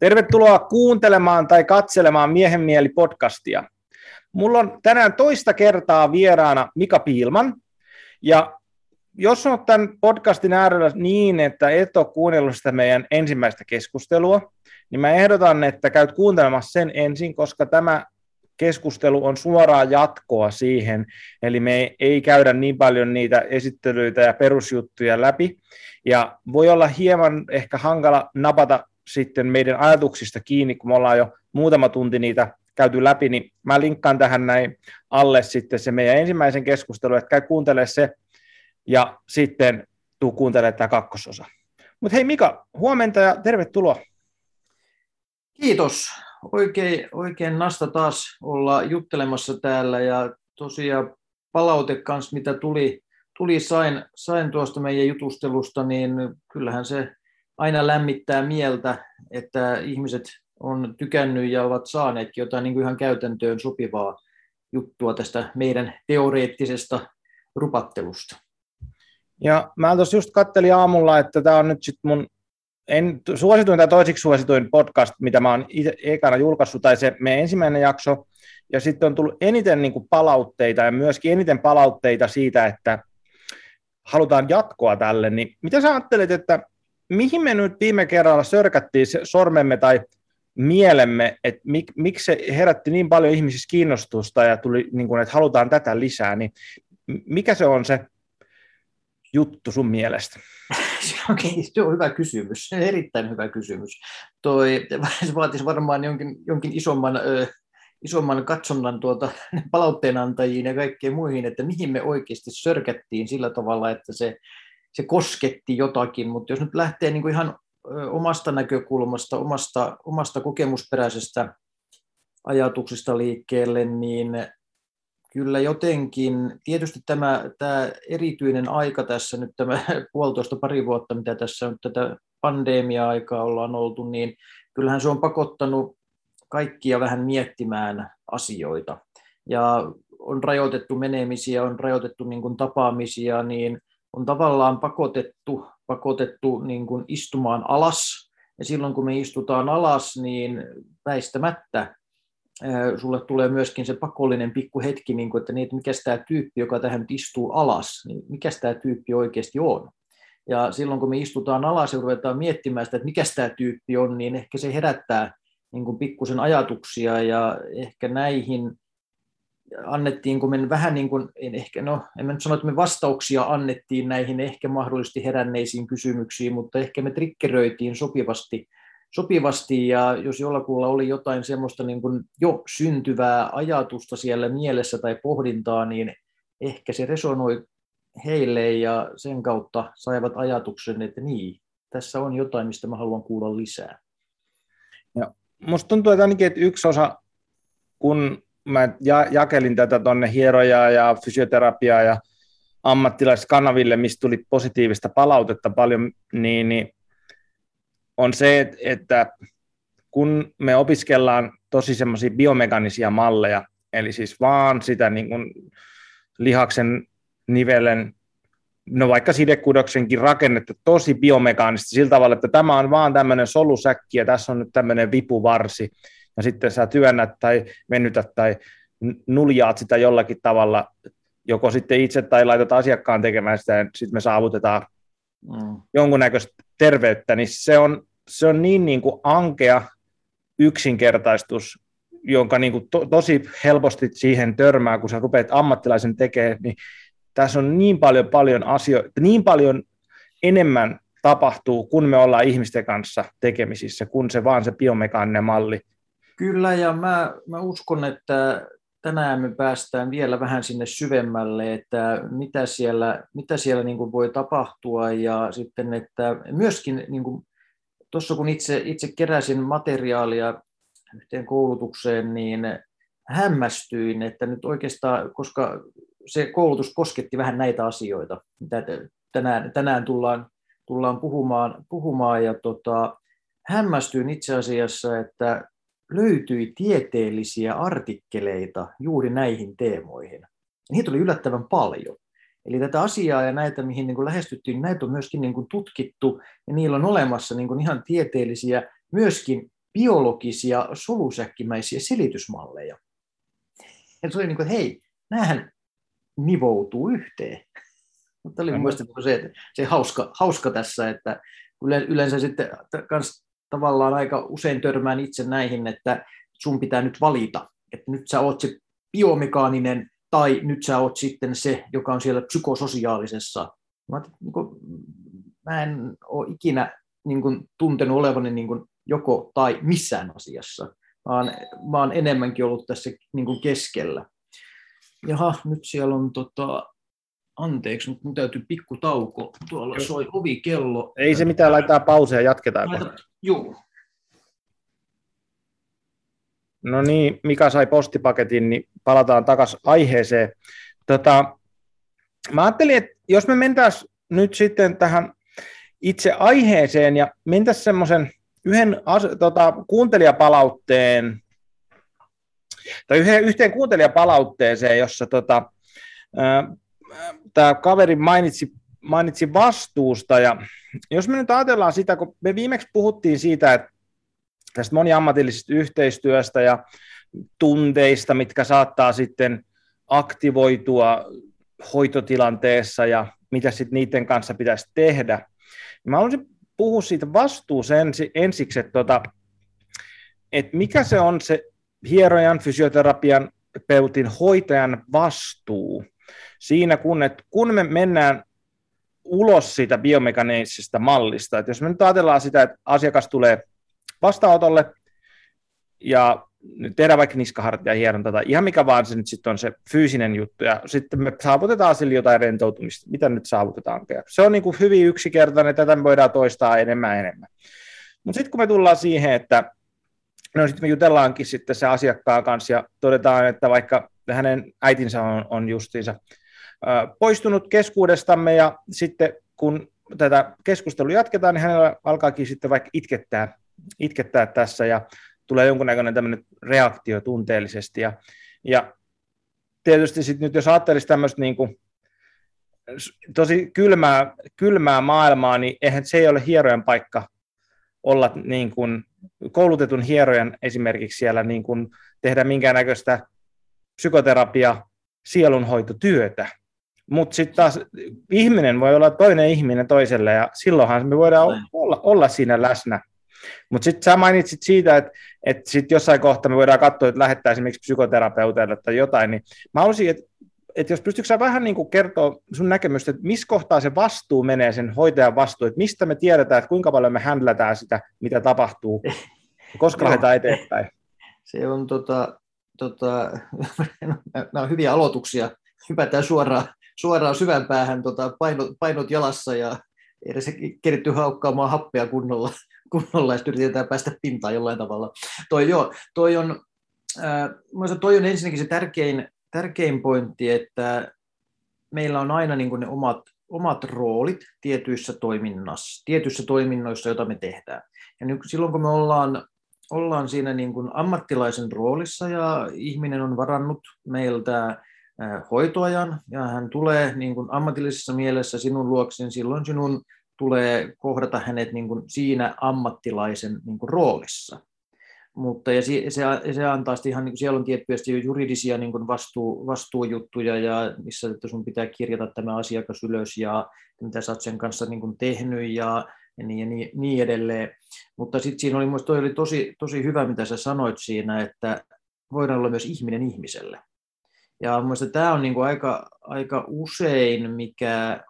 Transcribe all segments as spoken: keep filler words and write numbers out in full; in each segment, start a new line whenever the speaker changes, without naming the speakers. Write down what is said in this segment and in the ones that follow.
Tervetuloa kuuntelemaan tai katselemaan Miehen mieli podcastia. Mulla on tänään toista kertaa vieraana Mika Piilman. Ja jos olet tämän podcastin äärellä niin, että et ole kuunnellut sitä meidän ensimmäistä keskustelua, niin mä ehdotan, että käyt kuuntelemassa sen ensin, koska tämä keskustelu on suoraa jatkoa siihen, eli me ei käydä niin paljon niitä esittelyitä ja perusjuttuja läpi, ja voi olla hieman ehkä hankala napata sitten meidän ajatuksista kiinni, kun me ollaan jo muutama tunti niitä käyty läpi, niin mä linkkaan tähän näin alle sitten se meidän ensimmäisen keskustelun, että käy kuuntelemaan se, ja sitten tuu kuuntelemaan tämä kakkososa. Mutta hei Mika, huomenta ja tervetuloa.
Kiitos. Oikein, oikein nasta taas olla juttelemassa täällä, ja tosiaan palaute kanssa, mitä tuli, tuli sain, sain tuosta meidän jutustelusta, niin kyllähän se aina lämmittää mieltä, että ihmiset on tykännyt ja ovat saaneetkin jotain niin kuin ihan käytäntöön sopivaa juttua tästä meidän teoreettisesta rupattelusta.
Ja mä tuossa just kattelin aamulla, että tämä on nyt sitten mun en, suosituin tai toisiksi suosituin podcast, mitä mä oon itse ekana julkaissut, tai se meidän ensimmäinen jakso, ja sitten on tullut eniten niin kuin palautteita, ja myöskin eniten palautteita siitä, että halutaan jatkoa tälle, niin mitä sä ajattelet, että mihin me nyt viime kerralla sörkättiin sormemme tai mielemme, että mik, miksi se herätti niin paljon ihmisissä kiinnostusta, ja tuli, niin kuin, että halutaan tätä lisää, niin mikä se on se juttu sun mielestä?
Okei, se on hyvä kysymys, se on erittäin hyvä kysymys. Toi, se vaatisi varmaan jonkin, jonkin isomman, ö, isomman katsonnan tuota, palautteenantajiin ja kaikkeen muihin, että mihin me oikeasti sörkättiin sillä tavalla, että se, se kosketti jotakin, mutta jos nyt lähtee niin kuin ihan ö, omasta näkökulmasta, omasta, omasta kokemusperäisestä ajatuksista liikkeelle, niin kyllä jotenkin, tietysti tämä, tämä erityinen aika tässä, nyt tämä puolitoista pari vuotta, mitä tässä on tätä pandemia-aikaa ollaan oltu, niin kyllähän se on pakottanut kaikkia vähän miettimään asioita. Ja on rajoitettu menemisiä, on rajoitettu niin kuin tapaamisia, niin on tavallaan pakotettu, pakotettu niin kuin istumaan alas. Ja silloin kun me istutaan alas, niin väistämättä sulle tulee myöskin se pakollinen pikku hetki, niin kuin, että niin, mikä tämä tyyppi, joka tähän nyt istuu alas, niin mikä tämä tyyppi oikeasti on. Ja silloin kun me istutaan alas ja ruvetaan miettimään sitä, että mikä tämä tyyppi on, niin ehkä se herättää niin kuin pikkusen ajatuksia, ja ehkä näihin annettiin, kun me vähän niin kuin, en, ehkä, no, en mä nyt sano, että me vastauksia annettiin näihin ehkä mahdollisesti heränneisiin kysymyksiin, mutta ehkä me triggeröitiin sopivasti, sopivasti, ja jos jollakulla oli jotain semmoista niin kuin jo syntyvää ajatusta siellä mielessä tai pohdintaa, niin ehkä se resonoi heille, ja sen kautta saivat ajatuksen, että niin, tässä on jotain, mistä mä haluan kuulla lisää.
Ja musta tuntuu, että ainakin että yksi osa, kun mä jakelin tätä tuonne hierojaa ja fysioterapiaa ja ammattilaiskanaville, mistä tuli positiivista palautetta paljon, niin, niin on se, että kun me opiskellaan tosi semmoisia biomekanisia malleja, eli siis vaan sitä niin kuin lihaksen, nivelen, no vaikka sidekudoksenkin rakennetta tosi biomekaanisesti sillä tavalla, että tämä on vaan tämmöinen solusäkki ja tässä on nyt tämmöinen vipuvarsi, ja sitten sä työnnät tai venytät tai nuljaat sitä jollakin tavalla, joko sitten itse tai laitat asiakkaan tekemään sitä, ja sitten me saavutetaan Mm. jonkunnäköistä terveyttä, niin se on, se on niin, niin kuin ankea yksinkertaistus, jonka niin kuin to, tosi helposti siihen törmää, kun sä rupeat ammattilaisen tekemään, niin tässä on niin paljon, paljon asioita, niin paljon enemmän tapahtuu, kun me ollaan ihmisten kanssa tekemisissä, kun se vaan se biomekaaninen malli.
Kyllä, ja mä, mä uskon, että tänään me päästään vielä vähän sinne syvemmälle, että mitä siellä, mitä siellä niin kuin voi tapahtua, ja sitten, että myöskin niin kuin tuossa kun itse, itse keräsin materiaalia yhteen koulutukseen, niin hämmästyin, että nyt oikeastaan, koska se koulutus kosketti vähän näitä asioita, mitä tänään, tänään tullaan, tullaan puhumaan, puhumaan ja tota, hämmästyin itse asiassa, että löytyi tieteellisiä artikkeleita juuri näihin teemoihin. Niitä oli yllättävän paljon. Eli tätä asiaa ja näitä, mihin niin kuin lähestyttiin, näitä on myöskin niin kuin tutkittu, ja niillä on olemassa niin kuin ihan tieteellisiä myöskin biologisia solusäkkimäisiä selitysmalleja. Ja se oli niin kuin, että hei, näähän nivoutuu yhteen. Mutta oli mielestäni se, se hauska, hauska tässä, että yleensä sitten kans tavallaan aika usein törmään itse näihin, että sun pitää nyt valita, että nyt sä oot se biomekaaninen tai nyt sä oot sitten se, joka on siellä psykososiaalisessa. Mä, niin kuin, mä en ole ikinä niin kuin, tuntenut olevani niin kuin, joko tai missään asiassa, vaan mä oon enemmänkin ollut tässä niin kuin, keskellä. Jaha, nyt siellä on tota, anteeksi, mutta mun täytyy pikku tauko. Tuolla soi ovikello.
Ei se mitään, laittaa pausea ja jatketaan.
Laita, joo.
No niin, Mika sai postipaketin, niin palataan takaisin aiheeseen. Tota, mä ajattelin, että jos me mentäisiin nyt sitten tähän itse aiheeseen ja mentäisiin semmoisen yhden as, tota, kuuntelijapalautteen, tai yhden, yhteen kuuntelijapalautteeseen, jossa tota, tämä kaveri mainitsi, mainitsi vastuusta, ja jos me nyt ajatellaan sitä, kun me viimeksi puhuttiin siitä, että tästä moniammatillisesta yhteistyöstä ja tunteista, mitkä saattaa sitten aktivoitua hoitotilanteessa ja mitä sitten niiden kanssa pitäisi tehdä. Mä haluaisin puhua siitä vastuusta ensi, ensiksi, että, tota, että mikä se on se hierojan, fysioterapian, peutin, hoitajan vastuu siinä, kun, että kun me mennään ulos siitä biomekanisesta mallista, että jos me nyt ajatellaan sitä, että asiakas tulee vastaanotolle ja tehdään vaikka niskahartia hieronta tai ihan mikä vaan se nyt sitten on se fyysinen juttu ja sitten me saavutetaan sille jotain rentoutumista, mitä nyt saavutetaankin. Se on niin kuin hyvin yksinkertainen, tätä me voidaan toistaa enemmän enemmän. Mutta sitten kun me tullaan siihen, että no sitten me jutellaankin sitten se asiakkaan kanssa ja todetaan, että vaikka hänen äitinsä on, on justiinsa ää, poistunut keskuudestamme ja sitten kun tätä keskustelua jatketaan, niin hänellä alkaakin sitten vaikka itkettää, itkettää tässä ja tulee jonkunnäköinen tämmöinen reaktio tunteellisesti. Ja, ja tietysti sitten nyt jos ajattelisi tämmöistä niin kuin tosi kylmää, kylmää maailmaa, niin eihän se ei ole hierojan paikka olla niin kuin koulutetun hierojan esimerkiksi siellä niin kuin tehdä minkäännäköistä psykoterapia, sielunhoitotyötä. Mutta sitten taas ihminen voi olla toinen ihminen toiselle ja silloinhan me voidaan olla, olla siinä läsnä. Mutta sitten sä mainitsit siitä, että et sitten jossain kohtaa me voidaan katsoa, että lähettää esimerkiksi psykoterapeuteille tai jotain, niin mä haluaisin, että et jos pystytkö sä vähän niin kuin kertoa sun näkemystä, että missä kohtaa se vastuu menee, sen hoitajan vastuu, että mistä me tiedetään, että kuinka paljon me händlätään sitä, mitä tapahtuu, koska lähdetään eteenpäin.
Se on tota, tota, nämä on hyviä aloituksia, hypätään suoraan, suoraan syvän päähän, tota, painot, painot jalassa ja edes keritty haukkaamaan happea kunnolla, kunnolla ja sitten yritetään päästä pintaan jollain tavalla. Toi, joo, toi, on, äh, toi on ensinnäkin se tärkein, tärkein pointti, että meillä on aina niin kuin ne omat, omat roolit tietyissä toiminnassa, tietyissä toiminnoissa, joita me tehdään. Ja nyt, silloin kun me ollaan, ollaan siinä niin kuin ammattilaisen roolissa ja ihminen on varannut meiltä hoitoajan ja hän tulee niin kuin ammatillisessa mielessä sinun luokseen, silloin sinun tulee kohdata hänet niin kuin siinä ammattilaisen niin kuin roolissa. Mutta ja se, se antaa sitten ihan, niin kuin siellä on tietysti jo juridisia niin kuin vastuu, vastuujuttuja, ja missä että sun pitää kirjata tämä asiakas ylös, ja mitä sä oot sen kanssa niin kuin tehnyt, ja, ja, niin, ja niin, niin edelleen. Mutta sitten siinä oli, toi oli tosi, tosi hyvä, mitä sä sanoit siinä, että voidaan olla myös ihminen ihmiselle. Ja mielestäni tämä on niin kuin aika, aika usein, mikä,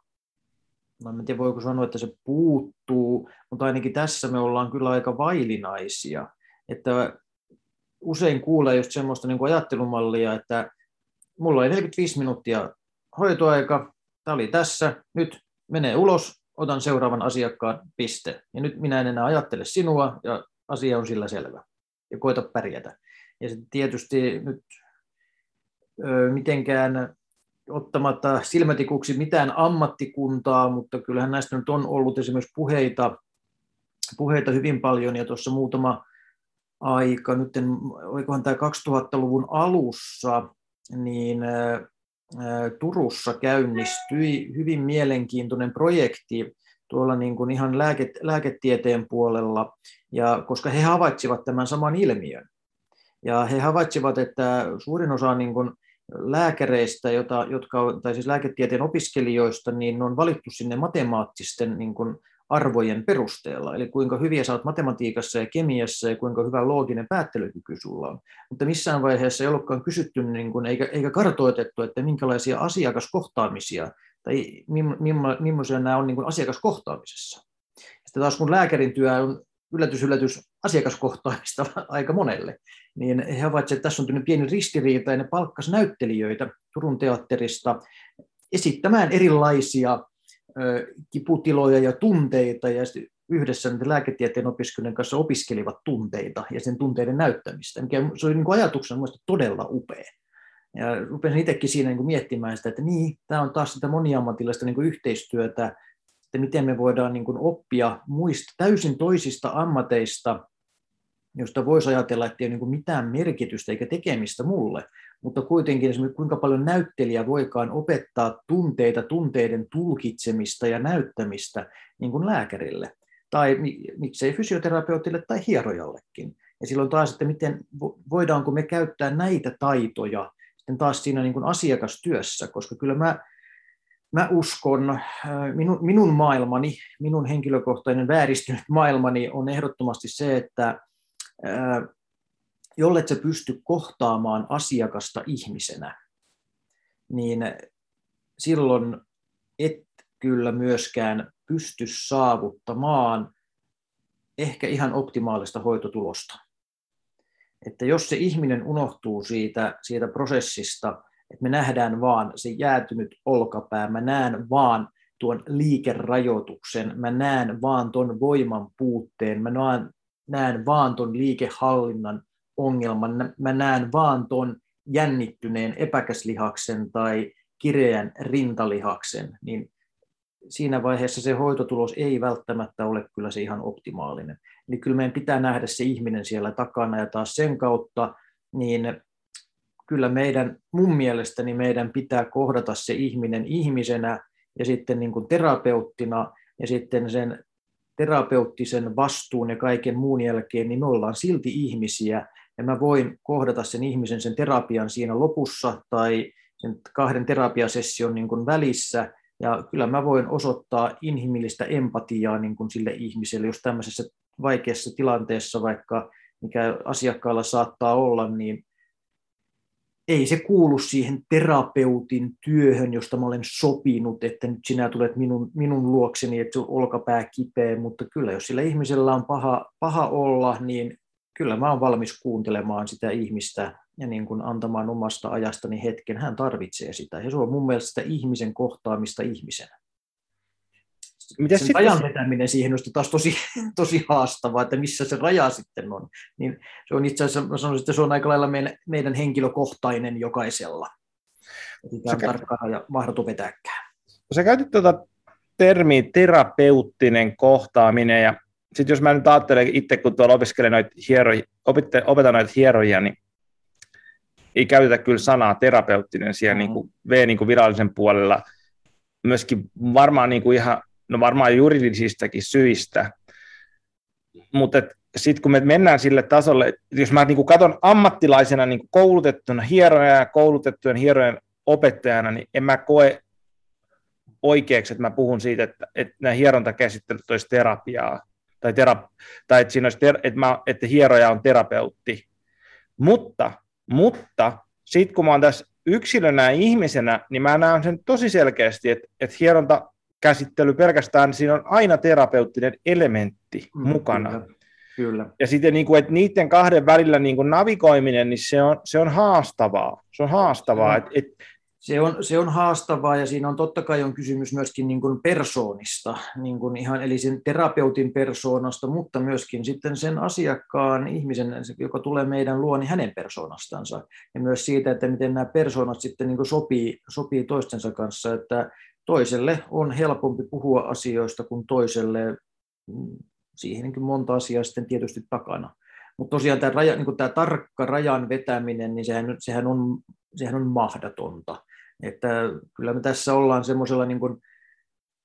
no en tiedä voiko sanoa, että se puuttuu, mutta ainakin tässä me ollaan kyllä aika vaillinaisia. Että usein kuulee just semmoista niin kuin ajattelumallia, että mulla oli neljäkymmentäviisi minuuttia hoitoaika, tämä oli tässä, nyt menee ulos, otan seuraavan asiakkaan, piste. Ja nyt minä en enää ajattele sinua ja asia on sillä selvä. Ja koita pärjätä. Ja sitten tietysti nyt ö, mitenkään ottamatta silmätikuksi mitään ammattikuntaa, mutta kyllähän näistä nyt on ollut esimerkiksi puheita, puheita hyvin paljon ja tuossa muutama aika, nyt en, olikohan tämä kaksituhattaluvun alussa, niin ää, Turussa käynnistyi hyvin mielenkiintoinen projekti tuolla niin kuin ihan lääke, lääketieteen puolella, ja koska he havaitsivat tämän saman ilmiön. Ja he havaitsivat, että suurin osa niin kuin lääkäreistä, jota, jotka, tai siis lääketieteen opiskelijoista, niin on valittu sinne matemaattisten niin kuin arvojen perusteella, eli kuinka hyviä sä oot matematiikassa ja kemiassa ja kuinka hyvä looginen päättelykyky sulla on. Mutta missään vaiheessa ei ollutkaan kysytty niin kuin, eikä, eikä kartoitettu, että minkälaisia asiakaskohtaamisia tai millaisia nämä on niin kuin asiakaskohtaamisessa. Sitten taas kun lääkärin työ on yllätys, yllätys asiakaskohtaamista aika monelle, niin he havaitsivat, että tässä on pieni ristiriita ja ne palkkas näyttelijöitä Turun teatterista esittämään erilaisia kiputiloja ja tunteita, ja yhdessä lääketieteen opiskelijoiden kanssa opiskelivat tunteita ja sen tunteiden näyttämistä, mikä se oli niin kuin ajatuksena mielestäni todella upea. Ja rupesin itsekin siinä niin kuin miettimään sitä, että niin, tämä on taas sitä moniammatillista niin kuin yhteistyötä, että miten me voidaan niin kuin oppia muista täysin toisista ammateista, josta voisi ajatella, että ei ole niin kuin mitään merkitystä eikä tekemistä mulle, mutta kuitenkin esimerkiksi kuinka paljon näyttelijä voikaan opettaa tunteita, tunteiden tulkitsemista ja näyttämistä niin kuin lääkärille, tai miksei fysioterapeutille tai hierojallekin. Ja silloin taas, että miten voidaanko me käyttää näitä taitoja sitten taas siinä niin kuin asiakastyössä, koska kyllä mä, mä uskon, minun, minun maailmani, minun henkilökohtainen vääristynyt maailmani on ehdottomasti se, että jollet sä pysty kohtaamaan asiakasta ihmisenä, niin silloin et kyllä myöskään pysty saavuttamaan ehkä ihan optimaalista hoitotulosta. Että jos se ihminen unohtuu siitä, siitä prosessista, että me nähdään vaan se jäätynyt olkapää, mä näen vaan tuon liikerajoituksen, mä näen vaan tuon voiman puutteen, mä näen, näen vaan tuon liikehallinnan ongelman, mä näen vaan tuon jännittyneen epäkäslihaksen tai kireän rintalihaksen, niin siinä vaiheessa se hoitotulos ei välttämättä ole kyllä se ihan optimaalinen. Eli kyllä meidän pitää nähdä se ihminen siellä takana, ja taas sen kautta, niin kyllä meidän, mun mielestäni meidän pitää kohdata se ihminen ihmisenä ja sitten niin kuin terapeuttina, ja sitten sen terapeuttisen vastuun ja kaiken muun jälkeen, niin me ollaan silti ihmisiä, ja mä voin kohdata sen ihmisen sen terapian siinä lopussa tai sen kahden terapiasession niin kuin välissä, ja kyllä mä voin osoittaa inhimillistä empatiaa niin kuin sille ihmiselle, jos tämmöisessä vaikeassa tilanteessa, vaikka mikä asiakkaalla saattaa olla, niin ei se kuulu siihen terapeutin työhön, josta mä olen sopinut, että nyt sinä tulet minun, minun luokseni, että sun olkapää kipeä, mutta kyllä jos sillä ihmisellä on paha, paha olla, niin kyllä mä olen valmis kuuntelemaan sitä ihmistä ja niin kuin antamaan omasta ajastani hetken. Hän tarvitsee sitä, ja se on mun mielestä sitä ihmisen kohtaamista ihmisenä. Mites sen sitten rajan vetäminen siihen on taas tosi, tosi haastavaa, että missä se raja sitten on. Niin se on itse asiassa, mä sanoisin, että se on aika lailla meidän, meidän henkilökohtainen jokaisella. Sitä on tarkkaan ja mahdoton vetääkään.
Sä käytit tuota termiä terapeuttinen kohtaaminen, ja sitten jos mä nyt ajattelen itse, kun tuolla opiskelen noita hieroja, opetan noita hieroja, niin ei käytetä kyllä sanaa terapeuttinen siellä mm-hmm. niin kuin V niin kuin virallisen puolella. Myöskin varmaan niin kuin ihan no varmaan juridisistakin syistä, mutta sitten kun me mennään sille tasolle, jos mä niinku katson ammattilaisena niinku koulutettuna hierojana ja koulutettujen hierojen opettajana, niin en mä koe oikeaksi, että mä puhun siitä, että, että nämä hierontakäsittelyt olisi terapiaa, tai, tera, tai että, siinä olisi ter, että, mä, että hieroja on terapeutti. Mutta, mutta sitten kun mä oon tässä yksilönä ja ihmisenä, niin mä näen sen tosi selkeästi, että, että hieronta käsittely pelkästään, siinä on aina terapeuttinen elementti mm, mukana.
Kyllä, kyllä.
Ja sitten niin kuin, että niiden kahden välillä niin kuin navigoiminen, niin se on, se on haastavaa. Se on haastavaa.
Mm. Et, et, se, on, se on haastavaa, ja siinä on totta kai on kysymys myöskin niin kuin persoonista, niin kuin ihan, eli sen terapeutin persoonasta, mutta myöskin sitten sen asiakkaan ihmisen, joka tulee meidän luo, niin hänen persoonastansa. Ja myös siitä, että miten nämä persoonat sitten niin kuin sopii, sopii toistensa kanssa, että toiselle on helpompi puhua asioista kuin toiselle, siihenkin monta asiaa sitten tietysti takana. Mutta tosiaan tämä, raja, niin tämä tarkka rajan vetäminen, niin sehän, sehän, on, sehän on mahdotonta. Että kyllä me tässä ollaan semmoisella niin kuin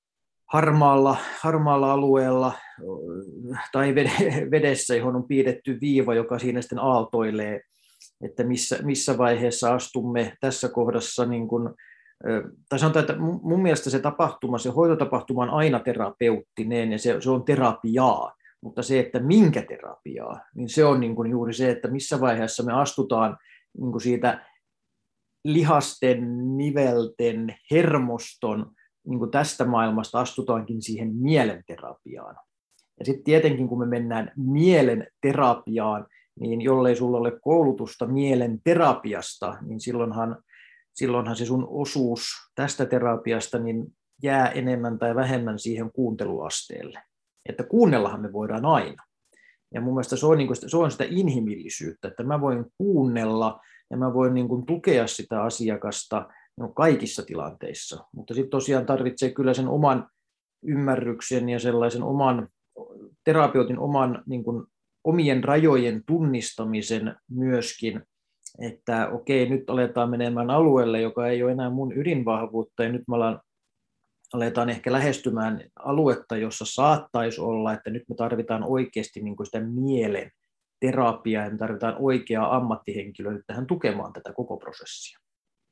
harmaalla, harmaalla alueella tai vedessä, johon on piirretty viiva, joka siinä sitten aaltoilee, että missä, missä vaiheessa astumme tässä kohdassa, niin kuin, tai sanotaan, että mun mielestä se tapahtuma, se hoitotapahtuma on aina terapeuttinen ja se, se on terapiaa, mutta se, että minkä terapiaa, niin se on niin kuin juuri se, että missä vaiheessa me astutaan niin kuin siitä lihasten, nivelten, hermoston, niin kuin tästä maailmasta astutaankin siihen mielenterapiaan. Ja sitten tietenkin, kun me mennään mielenterapiaan, niin jollei sulla ole koulutusta mielenterapiasta, niin silloinhan, silloinhan se sun osuus tästä terapiasta niin jää enemmän tai vähemmän siihen kuunteluasteelle. Että kuunnellahan me voidaan aina. Ja mun mielestä se on, niin kuin, se on sitä inhimillisyyttä, että mä voin kuunnella ja mä voin niin kuin tukea sitä asiakasta no, kaikissa tilanteissa. Mutta sitten tosiaan tarvitsee kyllä sen oman ymmärryksen ja sellaisen oman terapeutin oman niin kuin, omien rajojen tunnistamisen myöskin, että okei, nyt aletaan menemään alueelle, joka ei ole enää mun ydinvahvuutta, ja nyt me ollaan, aletaan ehkä lähestymään aluetta, jossa saattaisi olla, että nyt me tarvitaan oikeasti niin kuin sitä mielen terapiaa, ja me tarvitaan oikeaa ammattihenkilöä tähän tukemaan tätä koko prosessia.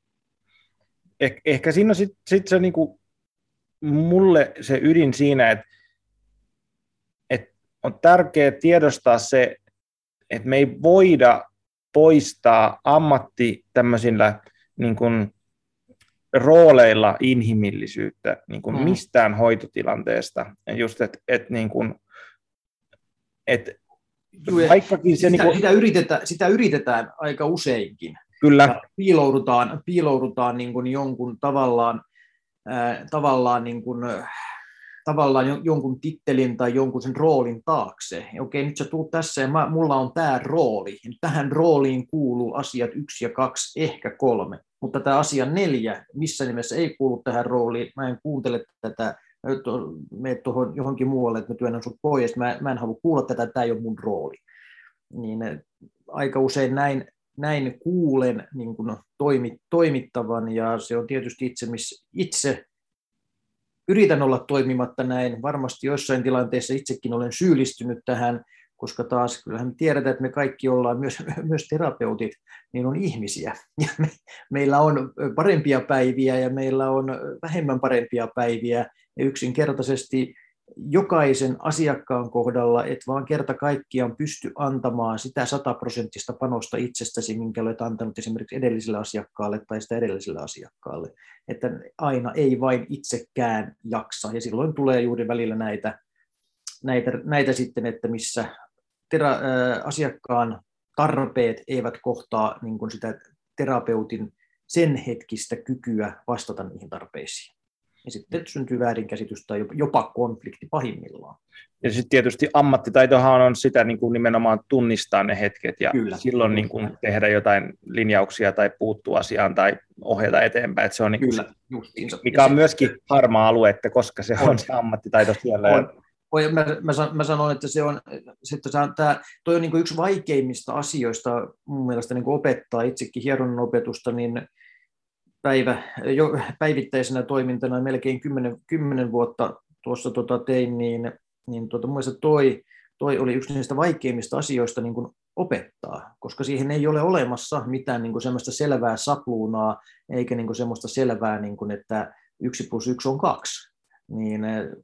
Eh- ehkä siinä on sitten sit se niin kuin mulle se ydin siinä, että et on tärkeää tiedostaa se, että me ei voida poistaa ammatti tämmöisillä niin kuin rooleilla inhimillisyyttä niin kuin mm. mistään hoitotilanteesta. Just, että et, niin kuin, et, vaikkakin se...
Sitä,
niin kuin,
sitä, yritetään, sitä yritetään aika useinkin.
Kyllä.
Ja piiloudutaan, piiloudutaan niin kuin jonkun tavallaan, äh, tavallaan, niin kuin, äh, tavallaan jonkun tittelin tai jonkun sen roolin taakse. Ja okei, nyt sä tulet tässä ja mä, mulla on tämä rooli. Tähän rooliin kuuluu asiat yksi ja kaksi, ehkä kolme. Mutta tämä asia neljä, missä nimessä ei kuulu tähän rooliin. Mä en kuuntele tätä, mene tuohon johonkin muualle, että mä työnnän sut pois. Mä, mä en halua kuulla tätä, tämä ei ole mun rooli. Niin aika usein näin, näin kuulen niin kuin toimi, toimittavan, ja se on tietysti itse, missä itse yritän olla toimimatta näin. Varmasti joissain tilanteissa itsekin olen syyllistynyt tähän, koska taas kyllähän me tiedetään, että me kaikki ollaan, myös, myös terapeutit, niin on ihmisiä. Ja me, meillä on parempia päiviä ja meillä on vähemmän parempia päiviä. Ja yksinkertaisesti jokaisen asiakkaan kohdalla et vaan kerta kaikkiaan pysty antamaan sitä sataprosenttista panosta itsestäsi, minkä olet antanut esimerkiksi edelliselle asiakkaalle tai sitä edelliselle asiakkaalle. Että aina ei vain itsekään jaksa, ja silloin tulee juuri välillä näitä, näitä, näitä sitten, että missä tera, ää, asiakkaan tarpeet eivät kohtaa niin kuin sitä terapeutin sen hetkistä kykyä vastata niihin tarpeisiin. Ja sitten syntyy väärinkäsitys tai jopa konflikti pahimmillaan.
Ja sitten tietysti ammattitaitohan on sitä niin kuin nimenomaan tunnistaa ne hetket ja Kyllä. silloin niin kuin tehdä jotain linjauksia tai puuttua asiaan tai ohjata eteenpäin. Että se on niin kuin
Kyllä,
se, mikä on myöskin harmaa alue, että koska se on, on se ammattitaito siellä.
On. On. Mä, mä, mä sanon, että se on, että se on tämä, toi on niin kuin yksi vaikeimmista asioista mun mielestä niin kuin opettaa itsekin hieronnan opetusta, niin päivä, jo, päivittäisenä toimintana melkein kymmenen, kymmenen vuotta tuossa tota tein, niin, niin tuota, mun mielestä toi, toi oli yksi niistä vaikeimmista asioista niin kuin opettaa, koska siihen ei ole olemassa mitään niin kuin semmoista selvää sapluunaa, eikä niin kuin semmoista selvää, niin kuin, että yksi plus yksi on kaksi. Niin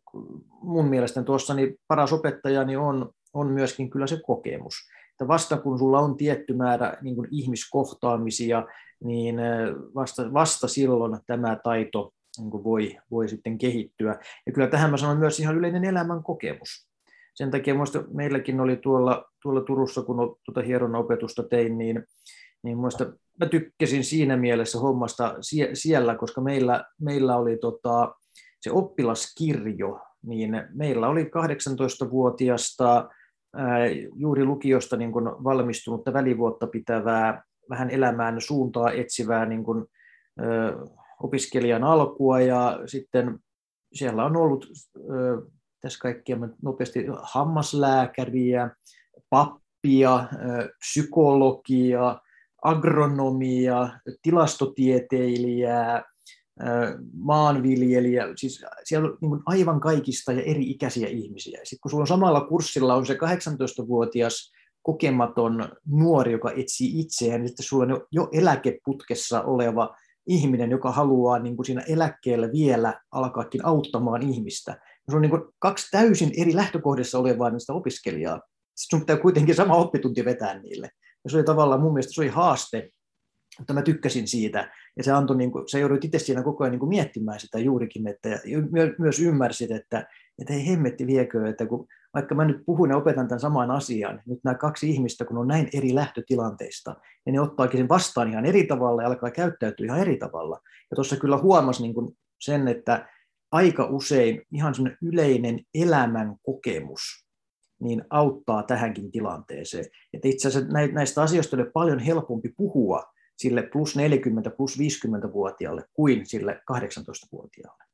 mun mielestä tuossa niin paras opettajani on, on myöskin kyllä se kokemus. Että vasta kun sulla on tietty määrä niin kuin ihmiskohtaamisia, niin vasta, vasta silloin tämä taito niin kuin voi, voi sitten kehittyä. Ja kyllä tähän mä sanon myös ihan yleinen elämän kokemus. Sen takia muista meilläkin oli tuolla, tuolla Turussa, kun tuota hieronnan opetusta tein, niin, niin muista mä tykkäsin siinä mielessä hommasta sie, siellä, koska meillä, meillä oli tota, se oppilaskirjo, niin meillä oli kahdeksantoistavuotiasta ää, juuri lukiosta niin kuin valmistunutta välivuotta pitävää, vähän elämään suuntaa etsivää niin kuin, ö, opiskelijan alkua, ja sitten siellä on ollut ö, tässä kaikkia nopeasti hammaslääkäriä, pappia, ö, psykologia, agronomia, tilastotieteilijää, maanviljelijä, siis siellä on niin aivan kaikista ja eri ikäisiä ihmisiä. Sitten kun sulla on samalla kurssilla on se kahdeksantoistavuotias kokematon nuori, joka etsii itseään, niin sitten sulla on jo eläkeputkessa oleva ihminen, joka haluaa niin kuin siinä eläkkeellä vielä alkaakin auttamaan ihmistä. Se on niin kuin kaksi täysin eri lähtökohdissa olevaa niistä opiskelijaa. Sitten sun pitää kuitenkin sama oppitunti vetää niille. Ja se oli tavallaan mun mielestä se oli haaste, mutta mä tykkäsin siitä. Ja se antoi, niin kuin, sä joudut itse siinä koko ajan niin kuin miettimään sitä juurikin, että ja myös ymmärsit, että, että ei hemmetti viekö, että kun, vaikka mä nyt puhun ja opetan tämän saman asian, nyt nämä kaksi ihmistä, kun on näin eri lähtötilanteista, ja ne ottaakin sen vastaan ihan eri tavalla ja alkaa käyttäytyä ihan eri tavalla. Ja tuossa kyllä huomasi niin kuin sen, että aika usein ihan semmoinen yleinen elämän kokemus niin auttaa tähänkin tilanteeseen. Että itse asiassa näistä asioista oli paljon helpompi puhua sille plus neljäkymmentä, plus viisikymmentä-vuotiaalle kuin sille kahdeksantoista-vuotiaalle.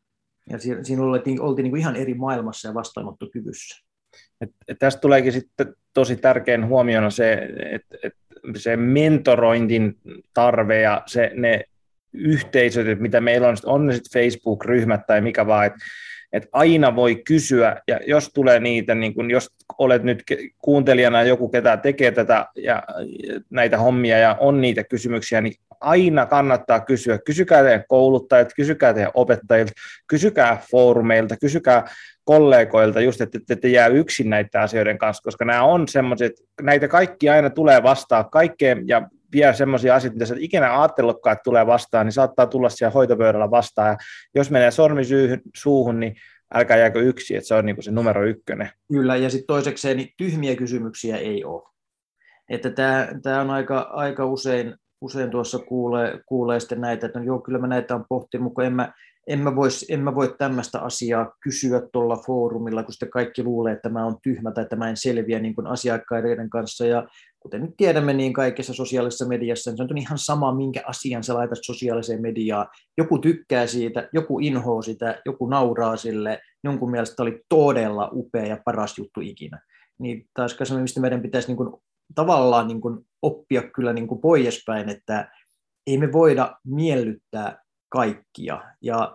Ja siinä oltiin, oltiin niin kuin ihan eri maailmassa ja vastaanottokyvyssä.
Et, et tästä tuleekin sitten tosi tärkeän huomiona se, että et se mentorointin tarve ja se, ne yhteisöt, mitä meillä on, on ne sitten Facebook-ryhmät tai mikä vaan, että et aina voi kysyä, ja jos tulee niitä, niin kun jos olet nyt kuuntelijana joku, ketä tekee tätä ja näitä hommia ja on niitä kysymyksiä, niin aina kannattaa kysyä. Kysykää teidän kouluttajat, kysykää teidän opettajilta, kysykää foorumeilta, kysykää kollegoilta, just että te ette jää yksin näiden asioiden kanssa, koska nämä on semmoiset, näitä kaikki aina tulee vastaan kaikkeen, ja vielä semmoisia asioita, mitä sä et ikinä ajatellutkaan, että tulee vastaan, niin saattaa tulla siellä hoitopöydällä vastaan, ja jos menee sormi suuhun, niin älkää jääkö yksin, että se on niin kuin se numero ykkönen.
Kyllä, ja sitten toisekseen niin tyhmiä kysymyksiä ei ole. Että tämä, tämä on aika, aika usein, usein tuossa kuulee, kuulee sitten näitä, että no joo, kyllä mä näitä on pohtinut, mutta en mä, en mä, vois, en mä voi tämmöistä asiaa kysyä tuolla foorumilla, kun sitten kaikki luulee, että mä oon tyhmä tai että mä en selviä niin kuin asiakkaiden kanssa. Ja kuten nyt tiedämme, niin kaikessa sosiaalisessa mediassa niin se on ihan sama, minkä asian sä laitat sosiaaliseen mediaan. Joku tykkää siitä, joku inhoaa sitä, joku nauraa sille, jonkun mielestä oli todella upea ja paras juttu ikinä. Niin taas semmoinen, mistä meidän pitäisi niin kuin tavallaan niin kuin oppia kyllä niin kuin poispäin, että ei me voida miellyttää kaikkia, ja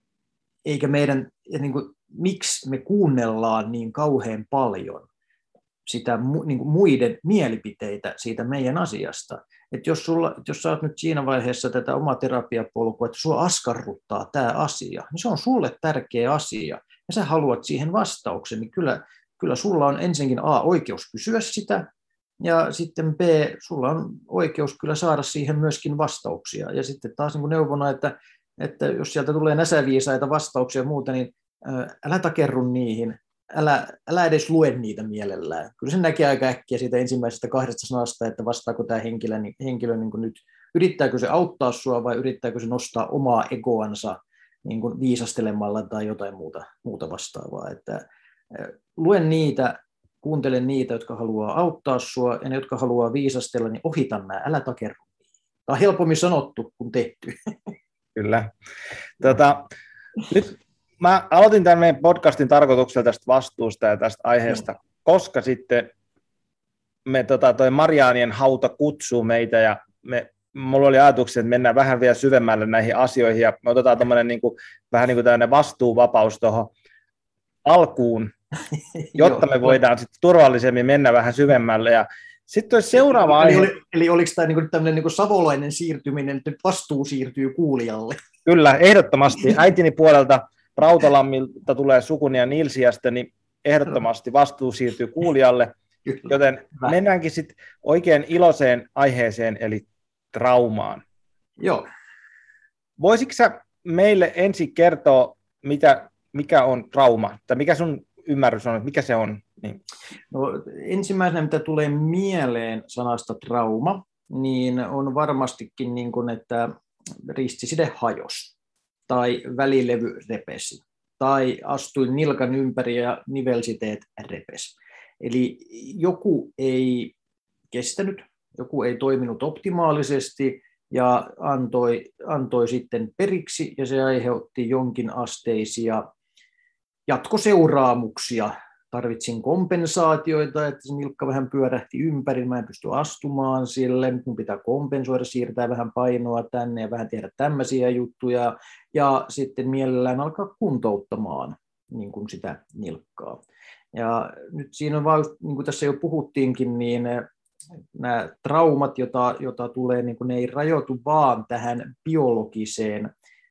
eikä meidän, niin kuin, miksi me kuunnellaan niin kauhean paljon sitä niin kuin muiden mielipiteitä siitä meidän asiasta. Että jos, sulla, jos sä oot nyt siinä vaiheessa tätä omaa terapiapolkua, että sua askarruttaa tämä asia, niin se on sulle tärkeä asia, ja sä haluat siihen vastauksen, niin kyllä, kyllä sulla on ensinnäkin A, oikeus kysyä sitä, ja sitten B, sulla on oikeus kyllä saada siihen myöskin vastauksia. Ja sitten taas niin kuin neuvona, että, että jos sieltä tulee näsäviisaita vastauksia ja muuta, niin älä takerru niihin, älä, älä edes lue niitä mielellään. Kyllä se näkee aika äkkiä siitä ensimmäisestä kahdesta sanasta, että vastaako tämä henkilö, henkilö niin kuin nyt, yrittääkö se auttaa sua vai yrittääkö se nostaa omaa egoansa niin kuin viisastelemalla tai jotain muuta, muuta vastaavaa. Että, luen niitä, kuuntele niitä, jotka haluaa auttaa sua, ja ne, jotka haluaa viisastella, niin ohita nämä, älä takerru. Tämä on helpommin sanottu kuin tehty.
Kyllä. Tota, nyt mä aloitin tämän meidän podcastin tarkoituksella tästä vastuusta ja tästä aiheesta, no. koska sitten me, tota, toi Mariaanien hauta kutsuu meitä, ja me, mulla oli ajatuksia, että mennään vähän vielä syvemmälle näihin asioihin, ja me otetaan tommoinen niin kuin, vähän niin kuin tämmöinen vastuuvapaus tuohon alkuun, jotta me voidaan sitten turvallisemmin mennä vähän syvemmälle. Ja sitten seuraava
eli,
aihe.
Eli, eli oliko tämä niinku tämmöinen niinku savolainen siirtyminen, että nyt vastuu siirtyy kuulijalle?
Kyllä, ehdottomasti. Äitini puolelta Rautalammilta tulee sukuni ja Nilsiästä, niin ehdottomasti vastuu siirtyy kuulijalle. Kyllä. Joten Hyvä. Mennäänkin sitten oikein iloiseen aiheeseen, eli traumaan.
Joo.
Voisitko sä meille ensin kertoa, mitä, mikä on trauma, tai mikä sun ymmärrys on, että mikä se on? Niin.
No, ensimmäisenä, mitä tulee mieleen sanasta trauma, niin on varmastikin niin kuin, että ristiside hajosi, tai välilevy repesi, tai astuin nilkan ympäri ja nivelsiteet repesi. Eli joku ei kestänyt, joku ei toiminut optimaalisesti ja antoi, antoi sitten periksi, ja se aiheutti jonkin asteisia jatkoseuraamuksia tarvitsin kompensaatioita, että se nilkka vähän pyörähti ympäri, mä en pysty astumaan sille, nyt mun pitää kompensoida, siirtää vähän painoa tänne ja vähän tehdä tämmöisiä juttuja, ja sitten mielellään alkaa kuntouttamaan niin kuin sitä nilkkaa. Ja nyt siinä on vaan, niin kuin tässä jo puhuttiinkin, niin nämä traumat, joita, joita tulee, niin kuin ne ei rajoitu vaan tähän biologiseen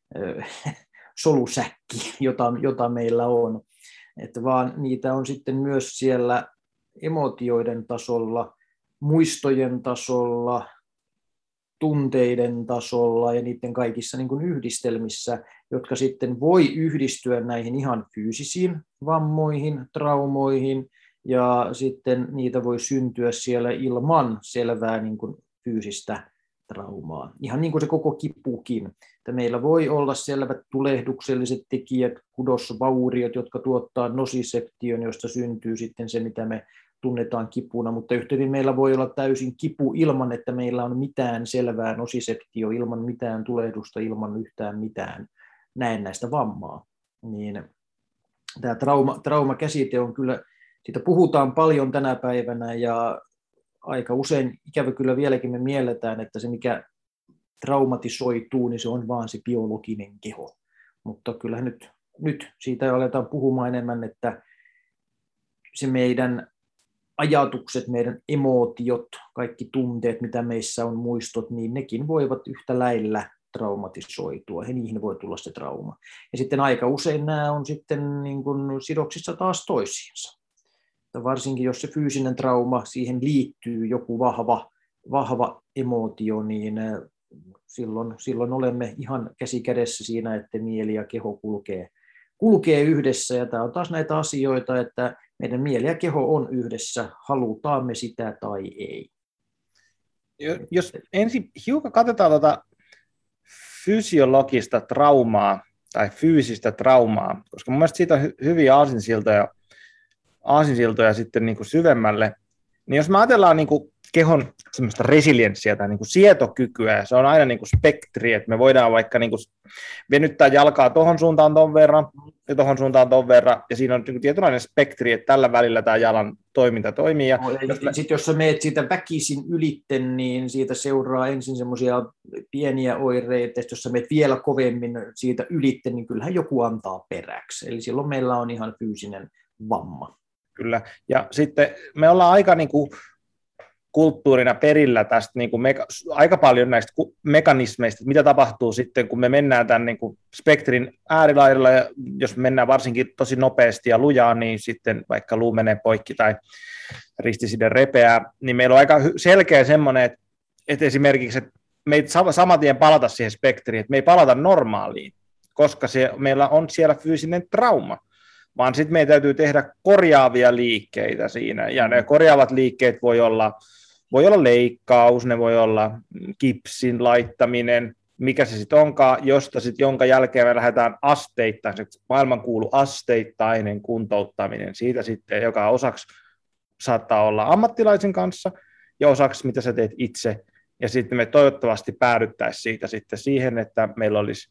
solusäkkiin, jota, jota meillä on, että vaan niitä on sitten myös siellä emotioiden tasolla, muistojen tasolla, tunteiden tasolla ja niiden kaikissa niin kuin yhdistelmissä, jotka sitten voi yhdistyä näihin ihan fyysisiin vammoihin, traumoihin, ja sitten niitä voi syntyä siellä ilman selvää niin kuin fyysistä traumaa. Ihan niin kuin se koko kipukin. Että meillä voi olla selvät tulehdukselliset tekijät, kudosvauriot, jotka tuottaa nosiseption, josta syntyy sitten se, mitä me tunnetaan kipuna, mutta yhtä hyvin meillä voi olla täysin kipu ilman, että meillä on mitään selvää nosiseptio, ilman mitään tulehdusta, ilman yhtään mitään näennäistä vammaa. Niin tämä trauma, traumakäsite on kyllä, siitä puhutaan paljon tänä päivänä ja aika usein ikävä kyllä vieläkin me mielletään, että se mikä traumatisoituu, niin se on vaan se biologinen keho. Mutta kyllähän nyt, nyt siitä aletaan puhumaan enemmän, että se meidän ajatukset, meidän emootiot, kaikki tunteet, mitä meissä on, muistot, niin nekin voivat yhtä lailla traumatisoitua ja niihin voi tulla se trauma. Ja sitten aika usein nämä on sitten niin kuin sidoksissa taas toisiinsa. Varsinkin jos se fyysinen trauma, siihen liittyy joku vahva, vahva emootio, niin silloin, silloin olemme ihan käsi kädessä siinä, että mieli ja keho kulkee, kulkee yhdessä. Ja tämä on taas näitä asioita, että meidän mieli ja keho on yhdessä, halutaan me sitä tai ei.
Jos ensin hiukan katsotaan tuota fysiologista traumaa tai fyysistä traumaa, koska mun mielestä siitä on hy- hyviä aasinsiltoja, aasinsiltoja sitten niin kuin syvemmälle, niin jos me ajatellaan niin kuin kehon semmoista resilienssiä tai niin kuin sietokykyä, se on aina niin kuin spektri, että me voidaan vaikka niin kuin venyttää jalkaa tuohon suuntaan ton verran ja tuohon suuntaan ton verran, ja siinä on niin kuin tietynlainen spektri, että tällä välillä tämä jalan toiminta toimii. Ja
no, jos, me... Sitten jos sä meet siitä väkisin ylitten, niin siitä seuraa ensin semmoisia pieniä oireita, jos sä meet vielä kovemmin siitä ylitten, niin kyllähän joku antaa peräksi. Eli silloin meillä on ihan fyysinen vamma.
Kyllä, ja sitten me ollaan aika niin kuin kulttuurina perillä tästä niin kuin meka, aika paljon näistä mekanismeista, mitä tapahtuu sitten, kun me mennään tämän niin kuin spektrin äärilaidalla, ja jos me mennään varsinkin tosi nopeasti ja lujaa, niin sitten vaikka luu menee poikki tai ristiside repeää, niin meillä on aika selkeä semmoinen, että, että esimerkiksi että me ei saman tien palata siihen spektriin, että me ei palata normaaliin, koska se, meillä on siellä fyysinen trauma, vaan sitten meidän täytyy tehdä korjaavia liikkeitä siinä, ja ne korjaavat liikkeet voi olla, voi olla leikkaus, ne voi olla kipsin laittaminen, mikä se sitten onkaan, josta sitten jonka jälkeen me lähdetään asteittain, se maailmankuulu asteittainen kuntouttaminen, siitä sitten, joka osaksi saattaa olla ammattilaisen kanssa, ja osaksi mitä sä teet itse, ja sitten me toivottavasti päädyttäisiin siitä sitten siihen, että meillä olisi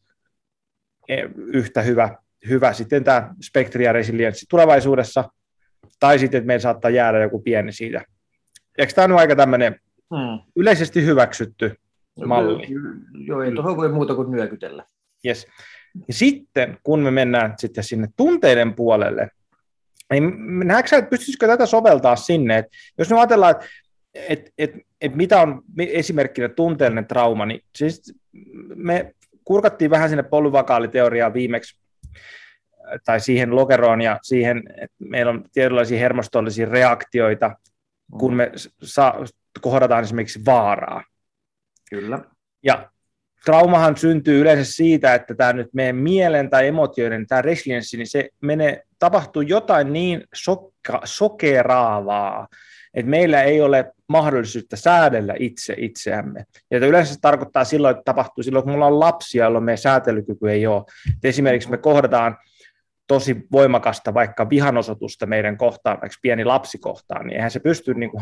yhtä hyvä hyvä sitten tämä spektri ja resilienssi tulevaisuudessa, tai sitten, että meillä saattaa jäädä joku pieni siitä. Eikö tämä nyt aika tämmöinen hmm. yleisesti hyväksytty malli?
Joo, ei tuohon voi muuta kuin nyökytellä.
Yes. Ja sitten, kun me mennään sitten sinne tunteiden puolelle, niin näetkö sä, että pystyisikö tätä soveltaa sinne? Että jos me ajatellaan, että et, et, et mitä on esimerkkinä tunteellinen trauma, niin siis me kurkattiin vähän sinne polyvakaaliteoriaan viimeksi, tai siihen lokeroon ja siihen, että meillä on tietynlaisia hermostollisia reaktioita, kun me saa, kohdataan esimerkiksi vaaraa.
Kyllä.
Ja traumahan syntyy yleensä siitä, että tämä nyt meidän mielen tai emotioiden, tämä resilienssi, niin se menee, tapahtuu jotain niin sokka, sokeraavaa, että meillä ei ole mahdollisuutta säädellä itse itseämme. Ja yleensä se tarkoittaa silloin, että tapahtuu silloin, kun mulla on lapsia, jolloin meidän säätelykyky ei ole. Et esimerkiksi me kohdataan tosi voimakasta vaikka vihanosoitusta meidän kohtaan, vaikka pieni lapsi kohtaan, niin eihän se pysty niin kuin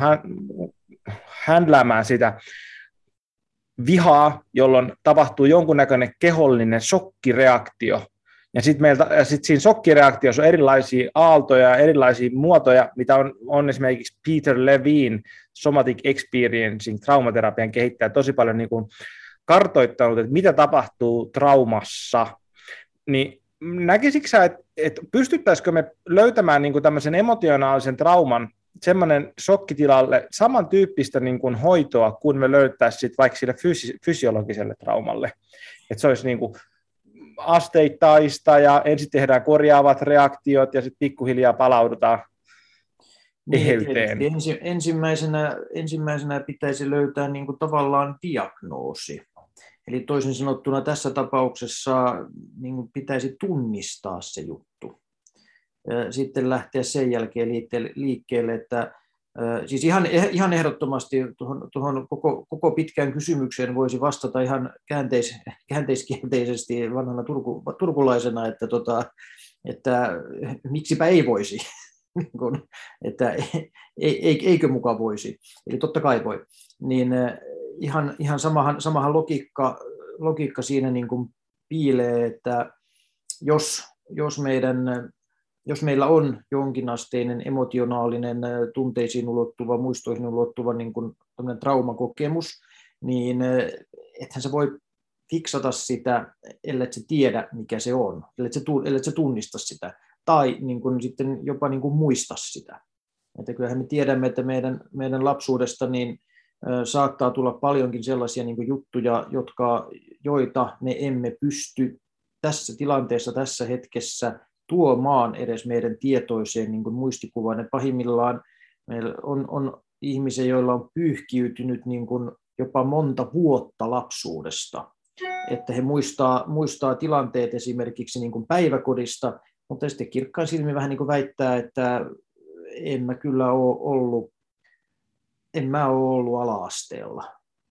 händläämään sitä vihaa, jolloin tapahtuu jonkunnäköinen kehollinen shokkireaktio, Ja sitten meiltä, sit siinä shokkireaktiossa on erilaisia aaltoja, erilaisia muotoja, mitä on, on esimerkiksi Peter Levine, Somatic Experiencing, traumaterapian kehittäjä, tosi paljon niin kuin kartoittanut, että mitä tapahtuu traumassa. Niin näkisikö sä, että, että pystyttäisikö me löytämään niin kuin tämmöisen emotionaalisen trauman, semmoinen shokkitilalle samantyyppistä niin kuin hoitoa, kun me löytäisiin vaikka sille fysi- fysiologiselle traumalle. Että se olisi niin kuin asteittaista ja ensin tehdään korjaavat reaktiot ja sitten pikkuhiljaa palaudutaan eheyteen.
Niin, ensi, ensimmäisenä, ensimmäisenä pitäisi löytää niin kuin tavallaan diagnoosi. Eli toisin sanottuna tässä tapauksessa niin kuin pitäisi tunnistaa se juttu. Sitten lähteä sen jälkeen liikkeelle, että siis ihan, ihan ehdottomasti tuohon, tuohon koko, koko pitkään kysymykseen voisi vastata ihan käänteis, käänteiskielteisesti vanhana turku, turkulaisena, että, tota, että miksipä ei voisi, että eikö muka voisi, eli totta kai voi. Niin ihan, ihan samahan, samahan logiikka, logiikka siinä niin kuin piilee, että jos, jos meidän Jos meillä on jonkinasteinen emotionaalinen, tunteisiin ulottuva, muistoihin ulottuva niin kuin traumakokemus, niin ethän se voi fiksata sitä, ellei se tiedä, mikä se on, ellei se tunnista sitä, tai niin kuin sitten jopa niin kuin muista sitä. Että kyllähän me tiedämme, että meidän, meidän lapsuudesta niin saattaa tulla paljonkin sellaisia niin kuin juttuja, jotka, joita me emme pysty tässä tilanteessa, tässä hetkessä tuomaan edes meidän tietoiseen niin kuin muistikuvaan. Ja pahimmillaan meillä on, on ihmisiä, joilla on pyyhkiytynyt niin kuin jopa monta vuotta lapsuudesta, että he muistaa, muistaa tilanteet esimerkiksi niin kuin päiväkodista, mutta sitten kirkkain silmin vähän niin kuin väittää, että en mä kyllä ole ollut, en mä ole ollut ala-asteella.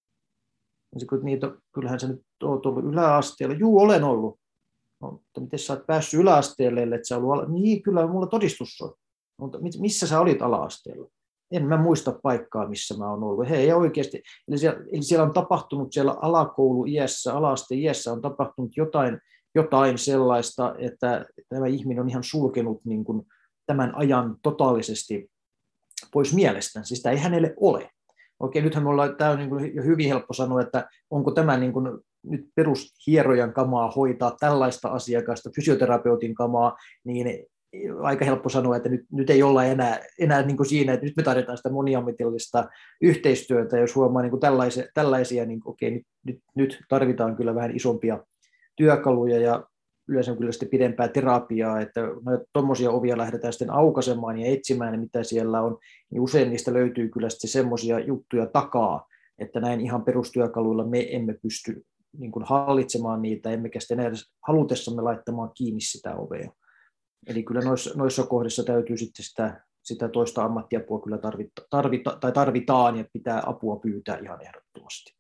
Ja sitten, niitä, kyllähän sä nyt olet ollut yläasteella. Juu, olen ollut. No, mutta miten sä oot päässyt yläasteelle, että sä ollut ala... Niin, kyllä mulla todistus on. Mutta missä sä olit ala-asteella? En mä muista paikkaa, missä mä oon ollut. Hei, oikeasti. Eli siellä, eli siellä on tapahtunut siellä alakoulu-iässä, ala-aste-iässä on tapahtunut jotain, jotain sellaista, että tämä ihminen on ihan sulkenut niin kuin tämän ajan totaalisesti pois mielestään. Siis sitä ei hänelle ole. Okei, nythän me ollaan, tämä on niin kuin jo hyvin helppo sanoa, että onko tämä niin kuin nyt perushierojan kamaa hoitaa tällaista asiakasta, fysioterapeutin kamaa, niin aika helppo sanoa, että nyt, nyt ei olla enää, enää niin kuin siinä, että nyt me tarvitaan sitä moniammatillista yhteistyötä, jos huomaa niin kuin tällaisia, tällaisia niin okei, nyt, nyt, nyt tarvitaan kyllä vähän isompia työkaluja ja yleensä kyllä sitten pidempää terapiaa, että tuommoisia ovia lähdetään sitten aukaisemaan ja etsimään, mitä siellä on, niin usein niistä löytyy kyllä sitten semmoisia juttuja takaa, että näin ihan perustyökaluilla me emme pysty niin kuin hallitsemaan niitä, emmekä sitten edes halutessamme laittamaan kiinni sitä ovea. Eli kyllä noissa, noissa kohdissa täytyy sitten sitä, sitä toista ammattiapua kyllä tarvita, tarvita, tai tarvitaan ja pitää apua pyytää ihan ehdottomasti.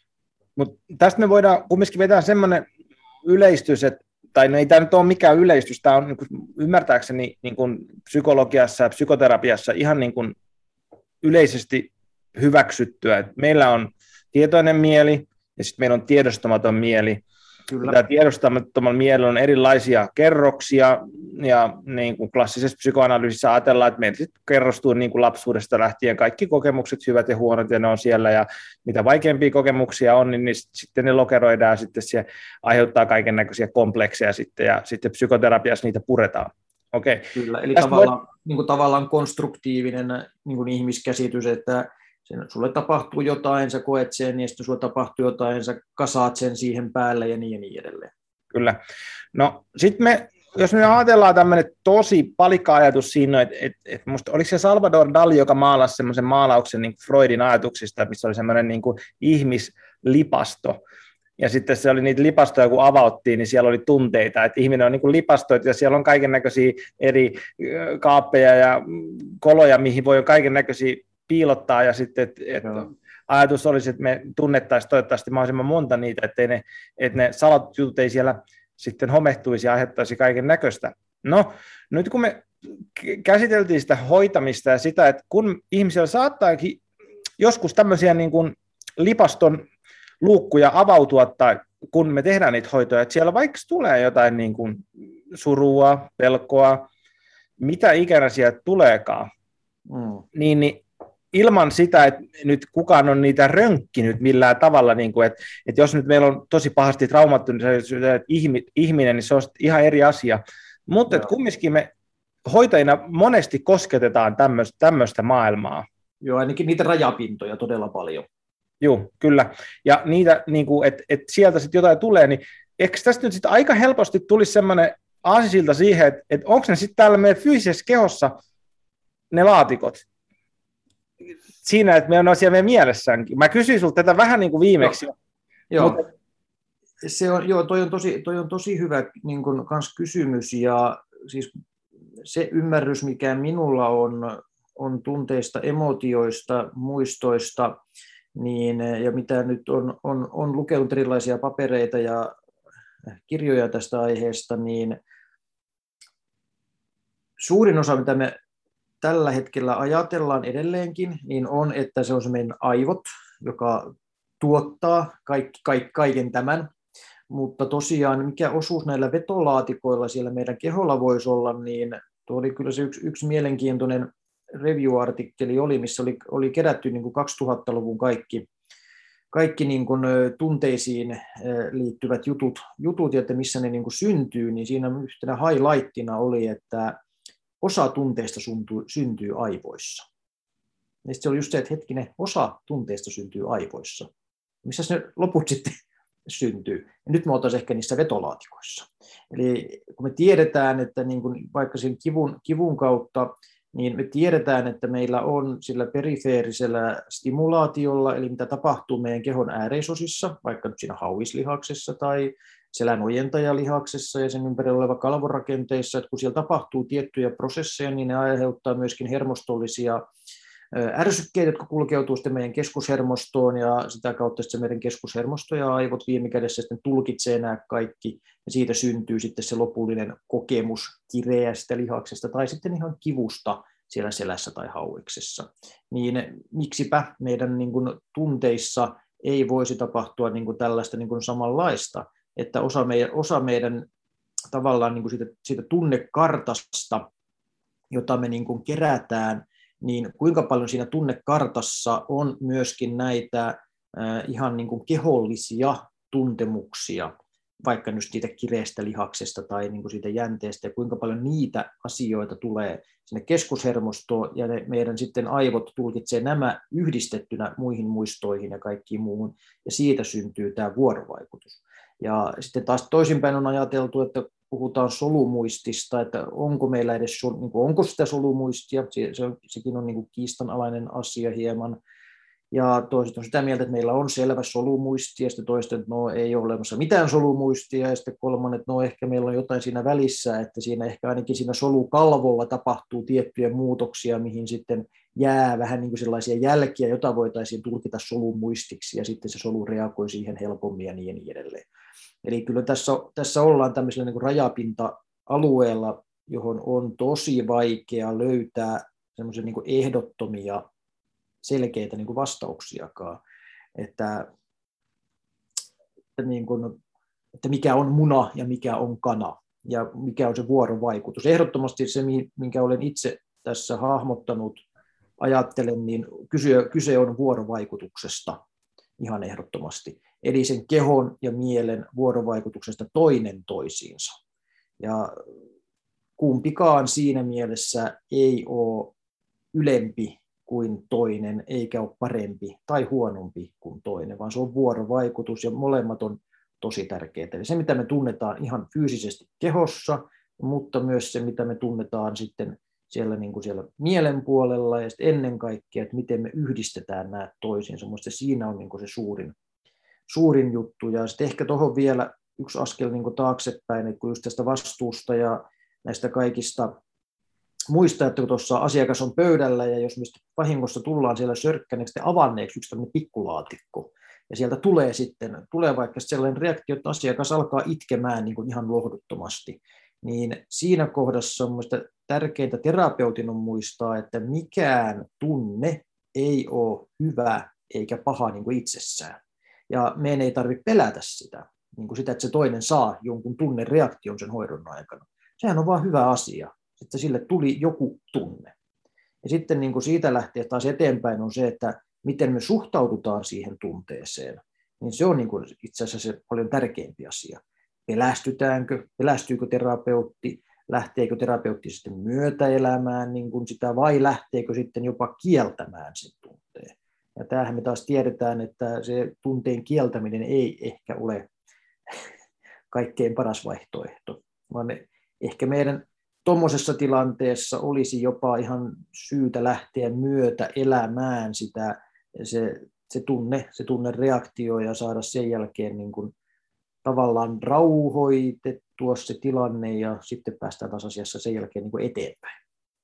Mut tästä me voidaan kumminkin vetää semmoinen yleistys, että tai no ei tämä nyt ole mikään yleistys, tämä on niin kuin, ymmärtääkseni niin kuin psykologiassa ja psykoterapiassa ihan niin kuin yleisesti hyväksyttyä, että meillä on tietoinen mieli ja sitten meillä on tiedostamaton mieli. Kyllä. Tämä tiedostamattoman mielellä on erilaisia kerroksia ja niin kuin klassisessa psykoanalyysissä ajatellaan, että meillä sitten kerrostuu niin kuin lapsuudesta lähtien kaikki kokemukset, hyvät ja huonot, ja ne on siellä, ja mitä vaikeampia kokemuksia on, niin sitten ne lokeroidaan, ja sitten se aiheuttaa kaiken näköisiä komplekseja sitten, ja sitten psykoterapiassa niitä puretaan. Okay.
Kyllä, eli tavallaan, voi... niin kuin tavallaan konstruktiivinen niin kuin ihmiskäsitys, että sen, sulle tapahtuu jotain, sä koet sen, ja sitten sulle tapahtuu jotain, sä kasaat sen siihen päälle ja niin ja niin edelleen.
Kyllä. No sitten me, jos me ajatellaan tämmöinen tosi palikka-ajatus siinä, että et, et musta oliko se Salvador Dali, joka maalasi semmoisen maalauksen niin Freudin ajatuksista, missä oli semmoinen niin kuin ihmislipasto. Ja sitten se oli niitä lipastoja, kun avauttiin, niin siellä oli tunteita, että ihminen on niin kuin lipastoit, ja siellä on kaiken näköisiä eri kaappeja ja koloja, mihin voi kaiken näköisiä piilottaa, ja sitten, että et ajatus olisi, että me tunnettaisiin toivottavasti mahdollisimman monta niitä, ettei ne, että ne salatut jutut ei siellä sitten homehtuisi ja aiheuttaisi kaiken näköistä. No, nyt kun me käsiteltiin sitä hoitamista ja sitä, että kun ihmisellä saattaakin joskus tämmöisiä niin kuin lipaston luukkuja avautua, tai kun me tehdään niitä hoitoja, että siellä vaikka tulee jotain niin kuin surua, pelkoa, mitä ikinä sieltä tuleekaan, mm. niin, niin ilman sitä, että nyt kukaan on niitä rönkkinyt millään tavalla, niin kuin, että, että jos nyt meillä on tosi pahasti traumattunut ihminen, niin se on ihan eri asia. Mutta että kumminkin me hoitajina monesti kosketetaan tämmöistä, tämmöistä maailmaa.
Joo, ainakin niitä rajapintoja todella paljon.
Joo, kyllä. Ja niitä, niin kuin, että, että sieltä sitten jotain tulee, niin eikö tästä nyt sitten aika helposti tulisi semmoinen aasisilta siihen, että, että onko ne sitten täällä meidän fyysisessä kehossa ne laatikot? Siinä, että me on asia meidän mielessäänkin. Mä kysyin sulta tätä vähän niin kuin viimeksi.
Joo, joo. Mutta... Se on, joo toi, on tosi, toi on tosi hyvä niin kuin, kans kysymys, ja siis se ymmärrys, mikä minulla on, on tunteista, emotioista, muistoista, niin, ja mitä nyt on, on, on lukenut erilaisia papereita ja kirjoja tästä aiheesta, niin suurin osa, mitä me tällä hetkellä ajatellaan edelleenkin, niin on, että se on se meidän aivot, joka tuottaa kaikki, kaikki, kaiken tämän. Mutta tosiaan, mikä osuus näillä vetolaatikoilla siellä meidän keholla voisi olla, niin tuo oli kyllä se yksi, yksi mielenkiintoinen review-artikkeli oli, missä oli, oli kerätty niin kuin kaksituhattaluvun kaikki, kaikki niin kuin tunteisiin liittyvät jutut, jutut ja että missä ne niin kuin syntyy, niin siinä yhtenä highlightina oli, että osa tunteista syntyy, syntyy aivoissa. Ja se oli just se, että hetkinen, osa tunteista syntyy aivoissa. Missä ne loput sitten syntyy? Ja nyt me oltaisiin ehkä niissä vetolaatikoissa. Eli kun me tiedetään, että niin kuin vaikka sen kivun, kivun kautta, niin me tiedetään, että meillä on sillä perifeerisellä stimulaatiolla, eli mitä tapahtuu meidän kehon ääreisosissa, vaikka nyt siinä hauislihaksessa tai selän ojentajalihaksessa ja sen ympärillä oleva kalvorakenteissa, että kun siellä tapahtuu tiettyjä prosesseja, niin ne aiheuttaa myöskin hermostollisia ärsykkeitä, jotka kulkeutuu sitten meidän keskushermostoon, ja sitä kautta sitten meidän keskushermosto ja aivot viime kädessä sitten tulkitsee nämä kaikki, ja siitä syntyy sitten se lopullinen kokemus kireästä lihaksesta tai sitten ihan kivusta siellä selässä tai hauiksessa. Niin miksipä meidän niin kuin tunteissa ei voisi tapahtua niin kuin tällaista niin kuin samanlaista, että osa meidän, osa meidän tavallaan niin kuin siitä, siitä tunnekartasta, jota me niin kuin kerätään, niin kuinka paljon siinä tunnekartassa on myöskin näitä äh, ihan niin kuin kehollisia tuntemuksia, vaikka nyt siitä kireestä lihaksesta tai niin kuin siitä jänteestä, ja kuinka paljon niitä asioita tulee sinne keskushermostoon, ja ne meidän sitten aivot tulkitsee nämä yhdistettynä muihin muistoihin ja kaikkiin muuhun, ja siitä syntyy tämä vuorovaikutus. Ja sitten taas toisinpäin on ajateltu, että puhutaan solumuistista, että onko meillä edes niin kuin, onko sitä solumuistia, se, se, sekin on niin kuin kiistanalainen asia hieman. Ja toiset on sitä mieltä, että meillä on selvä solumuisti, ja sitten toiset, että no ei ole olemassa mitään solumuistia, ja sitten kolmannet, että no ehkä meillä on jotain siinä välissä, että siinä ehkä ainakin siinä solukalvolla tapahtuu tiettyjä muutoksia, mihin sitten jää vähän niin kuin sellaisia jälkiä, jota voitaisiin tulkita solumuistiksi, ja sitten se solu reagoi siihen helpommin ja niin edelleen. Eli kyllä tässä, tässä ollaan tämmöisellä niin kuin rajapinta-alueella, johon on tosi vaikea löytää semmoisia niin kuin ehdottomia, selkeitä niin kuin vastauksiakaan, että, että, niin kuin, että mikä on muna ja mikä on kana ja mikä on se vuorovaikutus. Ehdottomasti se, minkä olen itse tässä hahmottanut, ajattelen, niin kyse, kyse on vuorovaikutuksesta ihan ehdottomasti. Eli sen kehon ja mielen vuorovaikutuksesta toinen toisiinsa. Ja kumpikaan siinä mielessä ei ole ylempi kuin toinen, eikä ole parempi tai huonompi kuin toinen, vaan se on vuorovaikutus ja molemmat on tosi tärkeää. Eli se, mitä me tunnetaan ihan fyysisesti kehossa, mutta myös se, mitä me tunnetaan sitten siellä, niin kuin siellä mielen puolella ja sitten ennen kaikkea, että miten me yhdistetään nämä toisiinsa. Mielestäni siinä on niin kuin se suurin, suurin juttu. Ja sitten ehkä tuohon vielä yksi askel niin kuin taaksepäin, että kun just tästä vastuusta ja näistä kaikista muista, että kun tuossa asiakas on pöydällä ja jos mistä vahingossa tullaan siellä sörkkäneeksi avanneeksi yksi tämmöinen pikkulaatikko, ja sieltä tulee sitten, tulee vaikka sellainen reaktio, että asiakas alkaa itkemään niin kuin ihan lohduttomasti, niin siinä kohdassa on mielestäni tärkeintä terapeutin on muistaa, että mikään tunne ei ole hyvä eikä paha niin kuin itsessään. Ja meidän ei tarvitse pelätä sitä, niin kuin sitä, että se toinen saa jonkun tunnereaktion sen hoidon aikana. Sehän on vaan hyvä asia, että sille tuli joku tunne. Ja sitten niin kuin siitä lähtee taas eteenpäin on se, että miten me suhtaudutaan siihen tunteeseen, niin se on niin kuin itse asiassa se paljon tärkeämpi asia. Pelästytäänkö, pelästyykö terapeutti, lähteekö terapeutti sitten myötäelämään niin kuin sitä, vai lähteekö sitten jopa kieltämään sen tunteen. Ja tämähän me taas tiedetään, että se tunteen kieltäminen ei ehkä ole kaikkein paras vaihtoehto, vaan ehkä meidän tuommoisessa tilanteessa olisi jopa ihan syytä lähteä myötä elämään sitä, se, se, tunne, se tunnereaktio ja saada sen jälkeen niin kuin tavallaan rauhoitettua se tilanne ja sitten päästään taas asiassa sen jälkeen niin kuin eteenpäin.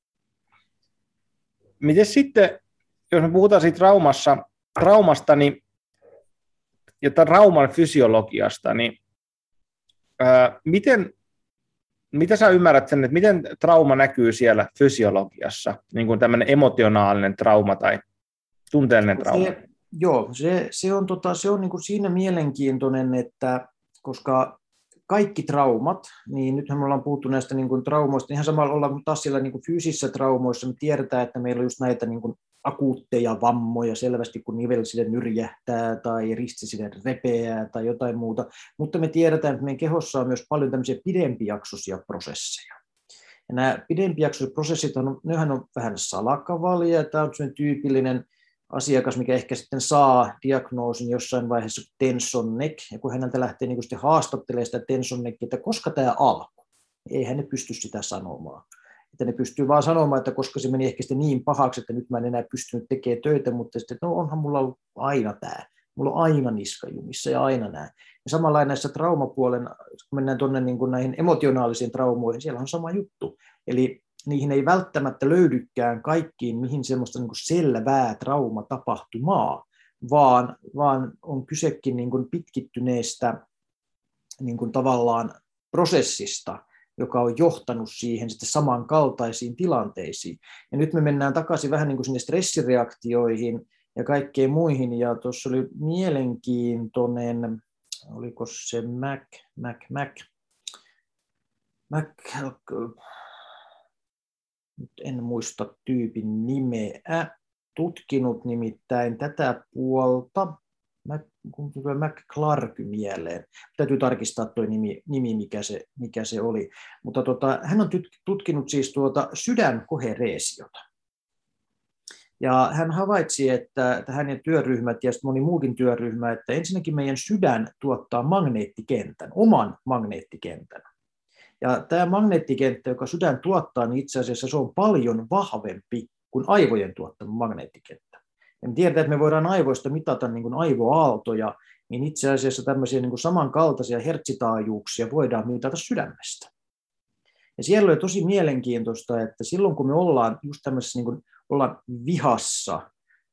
Miten sitten, jos me puhutaan siitä traumassa, traumasta niin, ja trauman fysiologiasta, niin ää, miten Mitä sä ymmärrät sen, että miten trauma näkyy siellä fysiologiassa, niin kuin tämmöinen emotionaalinen trauma tai tunteellinen trauma?
Se, joo, se, se on, tota, se on niin kuin siinä mielenkiintoinen, että koska kaikki traumat, niin nythän me ollaan puhuttu näistä niin kuin traumoista, ihan samalla ollaan taas siellä niin kuin fyysisissä traumoissa, me tiedetään, että meillä on just näitä niin kuin akuutteja vammoja selvästi, kun nivelside nyrjähtää tai ristiside repeää tai jotain muuta, mutta me tiedetään, että meidän kehossa on myös paljon tämmöisiä pidempijaksoisia prosesseja. Ja nämä pidempijaksoiset prosessit, on, nehän on vähän salakavalia, ja tämä on sellainen tyypillinen asiakas, mikä ehkä sitten saa diagnoosin jossain vaiheessa tension neck, ja kun häneltä lähtee niin sitten haastattelemaan sitä tension neckia, että koska tämä alkoi, eihän ne pysty sitä sanomaan. Että ne pystyy vaan sanomaan, että koska se meni ehkä sitten niin pahaksi, että nyt mä en enää pystynyt tekemään töitä, mutta sitten, että no onhan mulla ollut aina tämä. Mulla on aina niskajumissa ja aina nämä. Ja samalla näissä traumapuolen, kun mennään tuonne niin kuin näihin emotionaalisiin traumoihin, siellä on sama juttu. Eli niihin ei välttämättä löydykään kaikkiin, mihin semmoista niin kuin selvää traumatapahtumaa, vaan, vaan on kysekin niin kuin pitkittyneestä niin kuin tavallaan prosessista, joka on johtanut siihen sitten samankaltaisiin tilanteisiin. Ja nyt me mennään takaisin vähän niin kuin sinne stressireaktioihin ja kaikkeen muihin, ja tuossa oli mielenkiintoinen, oliko se Mac, Mac, Mac, Mac, nyt en muista tyypin nimeä, tutkinut nimittäin tätä puolta, Mac, kun tulee Mac Clark mieleen. Täytyy tarkistaa tuo nimi, nimi mikä, se, mikä se oli. Mutta tota, hän on tutkinut siis tuota sydänkohereesiota. Ja hän havaitsi, että, että hän ja työryhmät ja moni muukin työryhmä, että ensinnäkin meidän sydän tuottaa magneettikentän, oman magneettikentän. Ja tämä magneettikenttä, joka sydän tuottaa, niin itse asiassa se on paljon vahvempi kuin aivojen tuottama magneettikenttä. Ja me tiedetään, että me voidaan aivoista mitata niin kuin aivoaaltoja, niin itse asiassa tämmöisiä niin kuin samankaltaisia hertsitaajuuksia voidaan mitata sydämestä. Ja siellä oli tosi mielenkiintoista, että silloin kun me ollaan just tämmöisessä niin kuin ollaan vihassa,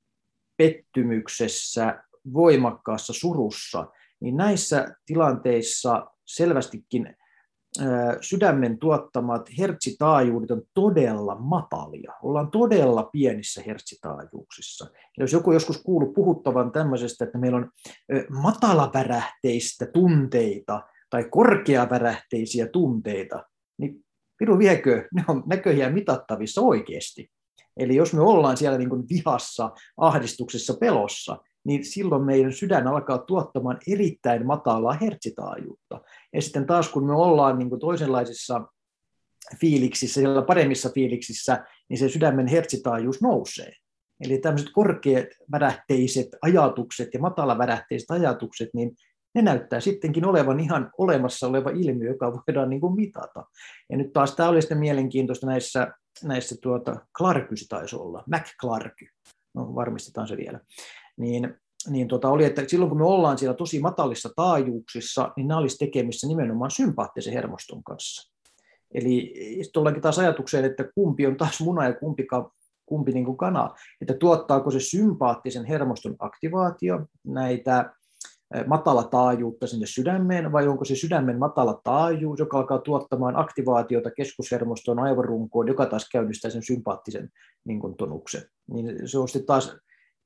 pettymyksessä, voimakkaassa surussa, niin näissä tilanteissa selvästikin sydämen tuottamat hertsitaajuudet on todella matalia. Ollaan todella pienissä hertsitaajuuksissa. Ja jos joku joskus kuullut puhuttavan tämmöisestä, että meillä on matalavärähteistä tunteita tai korkeavärähteisiä tunteita, niin piru viekö, ne on näköjään mitattavissa oikeasti. Eli jos me ollaan siellä niin kuin vihassa, ahdistuksessa, pelossa, niin silloin meidän sydän alkaa tuottamaan erittäin matalaa hertsitaajuutta. Ja sitten taas kun me ollaan niin kuin toisenlaisissa fiiliksissä, siellä paremmissa fiiliksissä, niin se sydämen hertsitaajuus nousee. Eli tämmöiset korkeavärähteiset ajatukset ja matalavärähteiset ajatukset, niin ne näyttää sittenkin olevan ihan olemassa oleva ilmiö, joka voidaan niin kuin mitata. Ja nyt taas tämä oli sitten mielenkiintoista näissä, näissä tuota, Clarkys taisi olla, Mac Clark, no varmistetaan se vielä. Niin, niin tota oli, että silloin kun me ollaan siellä tosi matalissa taajuuksissa, niin nämä olisi tekemissä nimenomaan sympaattisen hermoston kanssa. Eli tuollaankin taas ajatukseen, että kumpi on taas muna ja kumpi, kumpi niin kuin kana, että tuottaako se sympaattisen hermoston aktivaatio näitä matala taajuutta sinne sydämeen, vai onko se sydämen matala taajuus, joka alkaa tuottamaan aktivaatiota keskushermostoon, aivorunkoon, joka taas käynnistää sen sympaattisen niin kuin tonuksen. Niin se on sitten taas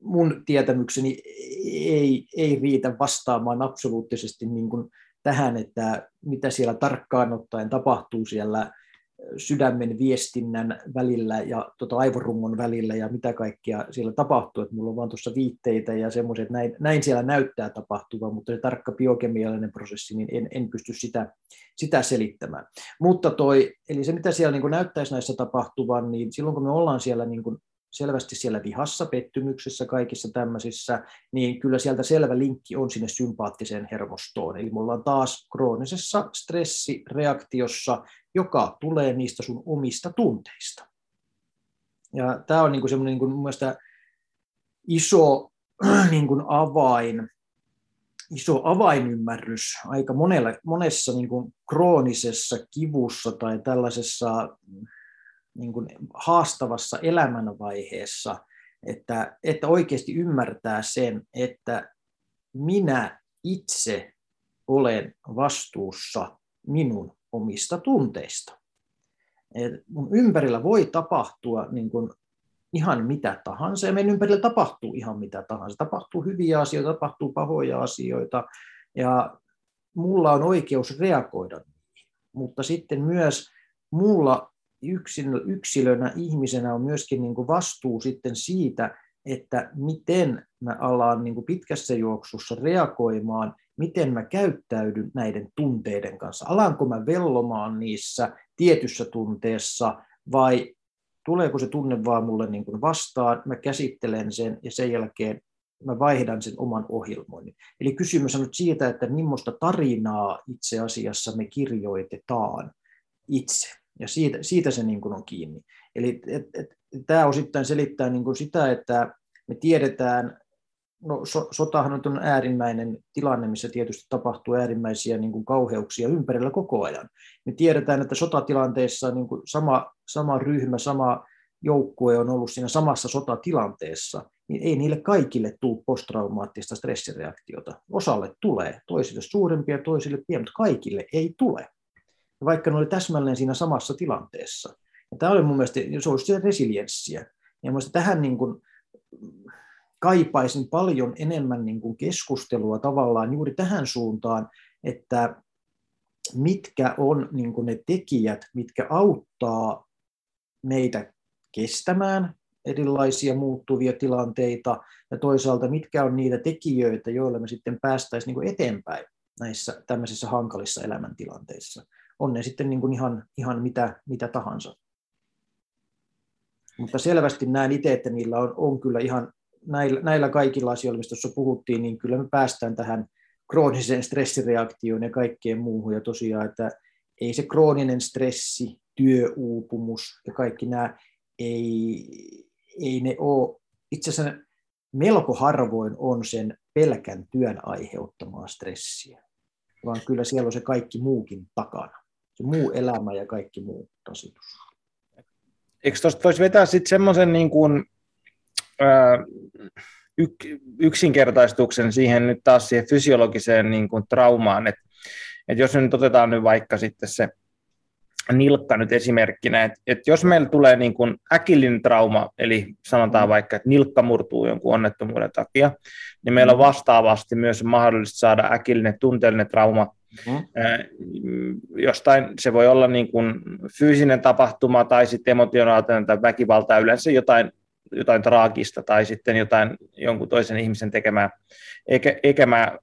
mun tietämykseni ei, ei riitä vastaamaan absoluuttisesti niin kuin tähän, että mitä siellä tarkkaan ottaen tapahtuu siellä sydämen viestinnän välillä ja tota aivorungon välillä ja mitä kaikkea siellä tapahtuu, että mulla on vaan tuossa viitteitä ja semmoiset, että näin, näin siellä näyttää tapahtuvan, mutta se tarkka biokemiallinen prosessi, niin en, en pysty sitä, sitä selittämään. Mutta toi, eli se mitä siellä niin kuin näyttäisi näissä tapahtuvan, niin silloin kun me ollaan siellä niin kuin selvästi siellä vihassa, pettymyksessä, kaikissa tämmöisissä, niin kyllä sieltä selvä linkki on sinne sympaattiseen hermostoon. Eli me ollaan taas kroonisessa stressireaktiossa, joka tulee niistä sun omista tunteista. Ja tämä on niinku semmoinen niinku mun mielestä iso niinku avain, iso avainymmärrys aika monella, monessa niinku kroonisessa kivussa tai tällaisessa niin kuin haastavassa elämänvaiheessa, että, että oikeasti ymmärtää sen, että minä itse olen vastuussa minun omista tunteista. Et mun ympärillä voi tapahtua niin kuin ihan mitä tahansa, ja meidän ympärillä tapahtuu ihan mitä tahansa. Tapahtuu hyviä asioita, tapahtuu pahoja asioita, ja mulla on oikeus reagoida niihin. Mutta sitten myös mulla yksilönä, ihmisenä on myöskin niin kuin vastuu sitten siitä, että miten mä alan niin kuin pitkässä juoksussa reagoimaan, miten mä käyttäydyn näiden tunteiden kanssa. Alanko mä vellomaan niissä tietyssä tunteessa vai tuleeko se tunne vaan mulle niin kuin vastaan, mä käsittelen sen ja sen jälkeen mä vaihdan sen oman ohjelmoinnin. Eli kysymys on nyt siitä, että millaista tarinaa itse asiassa me kirjoitetaan itse. Ja siitä, siitä se niin kuin on kiinni. Eli et, et, tämä osittain selittää niin kuin sitä, että me tiedetään, no so, sotahan on äärimmäinen tilanne, missä tietysti tapahtuu äärimmäisiä niin kuin kauheuksia ympärillä koko ajan. Me tiedetään, että sotatilanteessa niin kuin sama, sama ryhmä, sama joukkue on ollut siinä samassa sotatilanteessa, niin ei niille kaikille tule posttraumaattista stressireaktiota. Osalle tulee, toisille suurempia, toisille pieniä, mutta kaikille ei tule. Vaikka ne oli täsmälleen siinä samassa tilanteessa. Ja tämä oli mun mielestä, se olisi sitä resilienssiä. Ja mun mielestä tähän niin kuin kaipaisin paljon enemmän niin kuin keskustelua tavallaan juuri tähän suuntaan, että mitkä on niin kuin ne tekijät, mitkä auttaa meitä kestämään erilaisia muuttuvia tilanteita, ja toisaalta mitkä on niitä tekijöitä, joilla me sitten päästäisiin niin kuin eteenpäin näissä tämmöisissä hankalissa elämäntilanteissa. On ne sitten niin kuin ihan, ihan mitä, mitä tahansa. Mutta selvästi näen itse, että niillä on, on kyllä ihan näillä, näillä kaikilla asioilla, mistä tuossa puhuttiin, niin kyllä me päästään tähän krooniseen stressireaktioon ja kaikkeen muuhun. Ja tosiaan, että ei se krooninen stressi, työuupumus ja kaikki nämä, ei, ei ne ole, itse asiassa melko harvoin on sen pelkän työn aiheuttamaa stressiä, vaan kyllä siellä on se kaikki muukin takana. Se muu elämä ja kaikki muu rasitus.
Eikö tuosta voisi vetää sitten semmoisen niin kuin, äh, yk, yksinkertaistuksen siihen nyt taas siihen fysiologiseen niin kuin traumaan, että et jos nyt otetaan nyt vaikka sitten se nilkka nyt esimerkkinä, että et jos meillä tulee niin kuin äkillinen trauma, eli sanotaan vaikka, että nilkka murtuu jonkun onnettomuuden takia, niin meillä on vastaavasti myös mahdollista saada äkillinen tunteellinen trauma. Mm-hmm. Jostain se voi olla niin kuin fyysinen tapahtuma tai sitten emotionaalinen tai väkivalta, yleensä jotain, jotain traagista tai sitten jotain jonkun toisen ihmisen tekemää, eikä, eikä mä,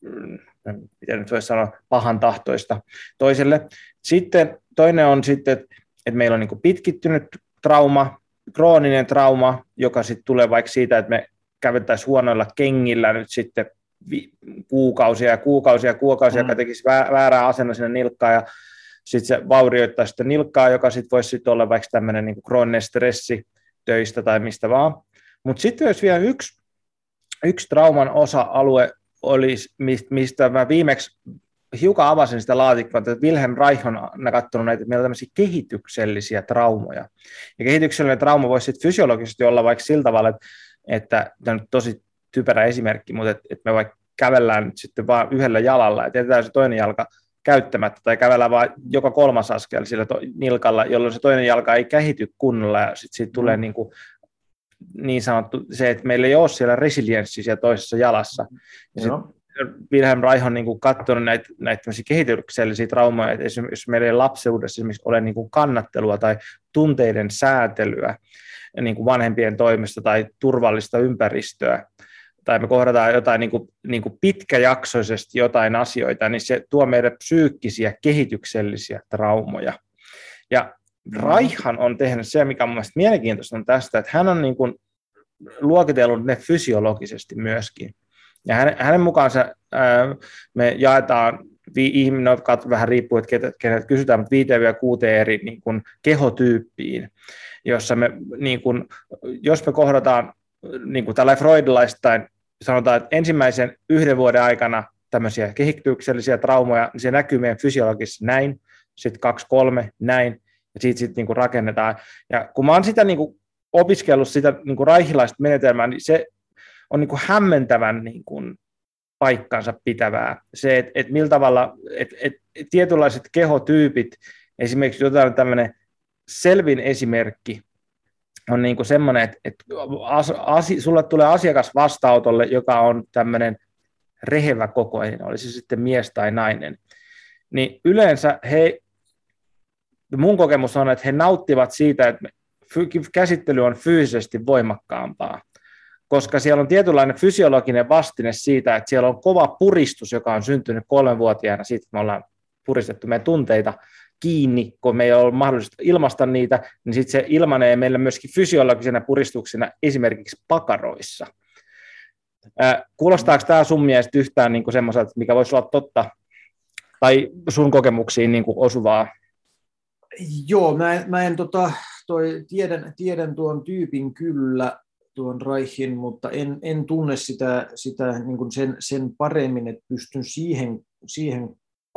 miten nyt voisi sanoa, pahan tahtoista toiselle. Sitten toinen on sitten, että meillä on niin kuin pitkittynyt trauma, krooninen trauma, joka sitten tulee vaikka siitä, että me käveltäisiin huonoilla kengillä nyt sitten kuukausia ja kuukausia ja kuukausia, mm. joka tekisi väärää asennetta sinne nilkkaan, ja sitten se vaurioittaa sitä nilkkaa, joka sitten voisi sit olla vaikka tämmöinen niin kuin krooninen stressi töistä tai mistä vaan. Mutta sitten jos vielä yksi, yksi trauman osa-alue olisi, mistä mä viimeksi hiukan avasin sitä laatikkoa, että Wilhelm Reich on katsonut näitä, että meillä on tämmöisiä kehityksellisiä traumoja. Ja kehityksellinen trauma voisi sitten fysiologisesti olla vaikka sillä tavalla, että, että tämä on tosi typerä esimerkki, mutta että, että me vaikka kävellään nyt sitten vaan yhdellä jalalla ja jätetään se toinen jalka käyttämättä tai kävellään vaan joka kolmas askel sillä to- nilkalla, jolloin se toinen jalka ei kehity kunnolla ja sitten siitä tulee mm. niin kuin niin sanottu se, että meillä ei ole siellä resilienssiä siellä toisessa jalassa. Ja Wilhelm Reich on niin kuin katsonut näitä, näitä kehityksellisiä traumoja, että jos meillä ei lapseudessa esimerkiksi ole niin kuin kannattelua tai tunteiden säätelyä niin kuin vanhempien toimesta tai turvallista ympäristöä, tai me kohdataan jotain niin kuin, niin kuin pitkäjaksoisesti jotain asioita, niin se tuo meille psyykkisiä, kehityksellisiä traumoja. Ja Reichhan on tehnyt se, mikä on mielestäni mielenkiintoista on tästä, että hän on niin kuin luokitellut ne fysiologisesti myöskin. Ja hänen, hänen mukaansa ää, me jaetaan, ihminen, vähän riippuu, että kenet kysytään, mutta viiteen kuuteen eri niin kuin kehotyyppiin, jossa me, niin kuin, jos me kohdataan niin kuin tällainen freudilaistain, sanotaan, että ensimmäisen yhden vuoden aikana tämmöisiä kehityksellisiä traumoja, niin se näkyy meidän fysiologisessa näin, sitten kaksi, kolme, näin, ja siitä sitten niin kuin rakennetaan. Ja kun mä oon sitä niin kuin opiskellut sitä niin kuin reichilaista menetelmää, niin se on niin kuin hämmentävän niin kuin paikkansa pitävää. Se, että et millä tavalla, että et, et tietynlaiset kehotyypit, esimerkiksi jotain tämmöinen selvin esimerkki, on niin kuin semmoinen, että, että as, as, sulle tulee asiakas vastaanotolle, joka on tämmöinen rehevä kokoinen, oli se sitten mies tai nainen, niin yleensä he, mun kokemus on, että he nauttivat siitä, että käsittely on fyysisesti voimakkaampaa, koska siellä on tietynlainen fysiologinen vastine siitä, että siellä on kova puristus, joka on syntynyt kolmenvuotiaana, siitä me ollaan puristettu meidän tunteita kiinni, kun me ei ole mahdollista ilmaista niitä, niin sitten se ilmanee meille myöskin fysiologisena puristuksena esimerkiksi pakaroissa. Äh, kuulostaako tämä sun mielestä yhtään niin semmoiselta, mikä voisi olla totta, tai sun kokemuksiin niin osuvaa?
Joo, mä en, mä en tota, toi, tiedän, tiedän tuon tyypin kyllä, tuon Reichin, mutta en, en tunne sitä, sitä niin kuin sen, sen paremmin, että pystyn siihen, siihen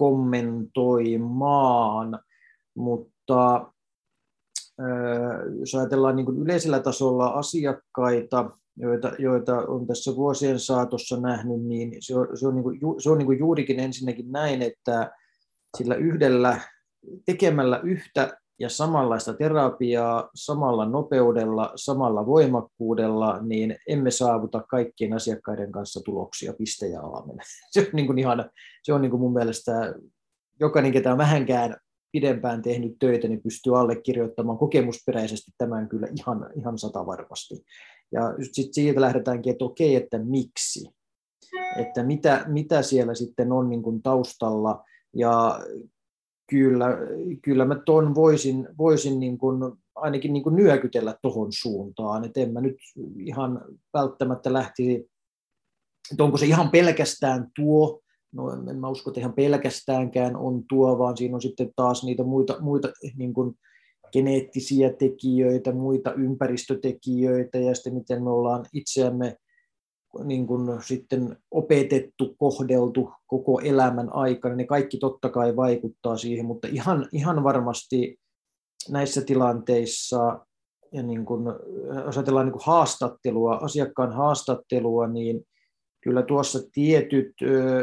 kommentoimaan, mutta äh, jos ajatellaan niin kuin yleisellä tasolla asiakkaita, joita, joita on tässä vuosien saatossa nähnyt, niin se on, se on, niin kuin, se on niin kuin juurikin ensinnäkin näin, että sillä yhdellä tekemällä yhtä ja samanlaista terapiaa samalla nopeudella, samalla voimakkuudella, niin emme saavuta kaikkien asiakkaiden kanssa tuloksia, piste ja aamen. Se on, niin kuin ihan, se on niin kuin mun mielestä, jokainen, ketä on vähänkään pidempään tehnyt töitä, niin pystyy allekirjoittamaan kokemusperäisesti tämän kyllä ihan, ihan satavarmasti. Ja sitten siitä lähdetäänkin, että okei, että miksi, että mitä, mitä siellä sitten on niin kuin taustalla, ja Kyllä, kyllä mä ton voisin, voisin niin kuin, ainakin niin kuin nyökytellä tuohon suuntaan, että en mä nyt ihan välttämättä lähtisi, että onko se ihan pelkästään tuo, no en mä usko, että ihan pelkästäänkään on tuo, vaan siinä on sitten taas niitä muita, muita niin kuin geneettisiä tekijöitä, muita ympäristötekijöitä ja sitten miten me ollaan itseämme niin kuin sitten opetettu, kohdeltu koko elämän aikana, ne kaikki totta kai vaikuttaa siihen, mutta ihan, ihan varmasti näissä tilanteissa, ja niin kuin, jos ajatellaan niin kuin haastattelua, asiakkaan haastattelua, niin kyllä tuossa tietyt,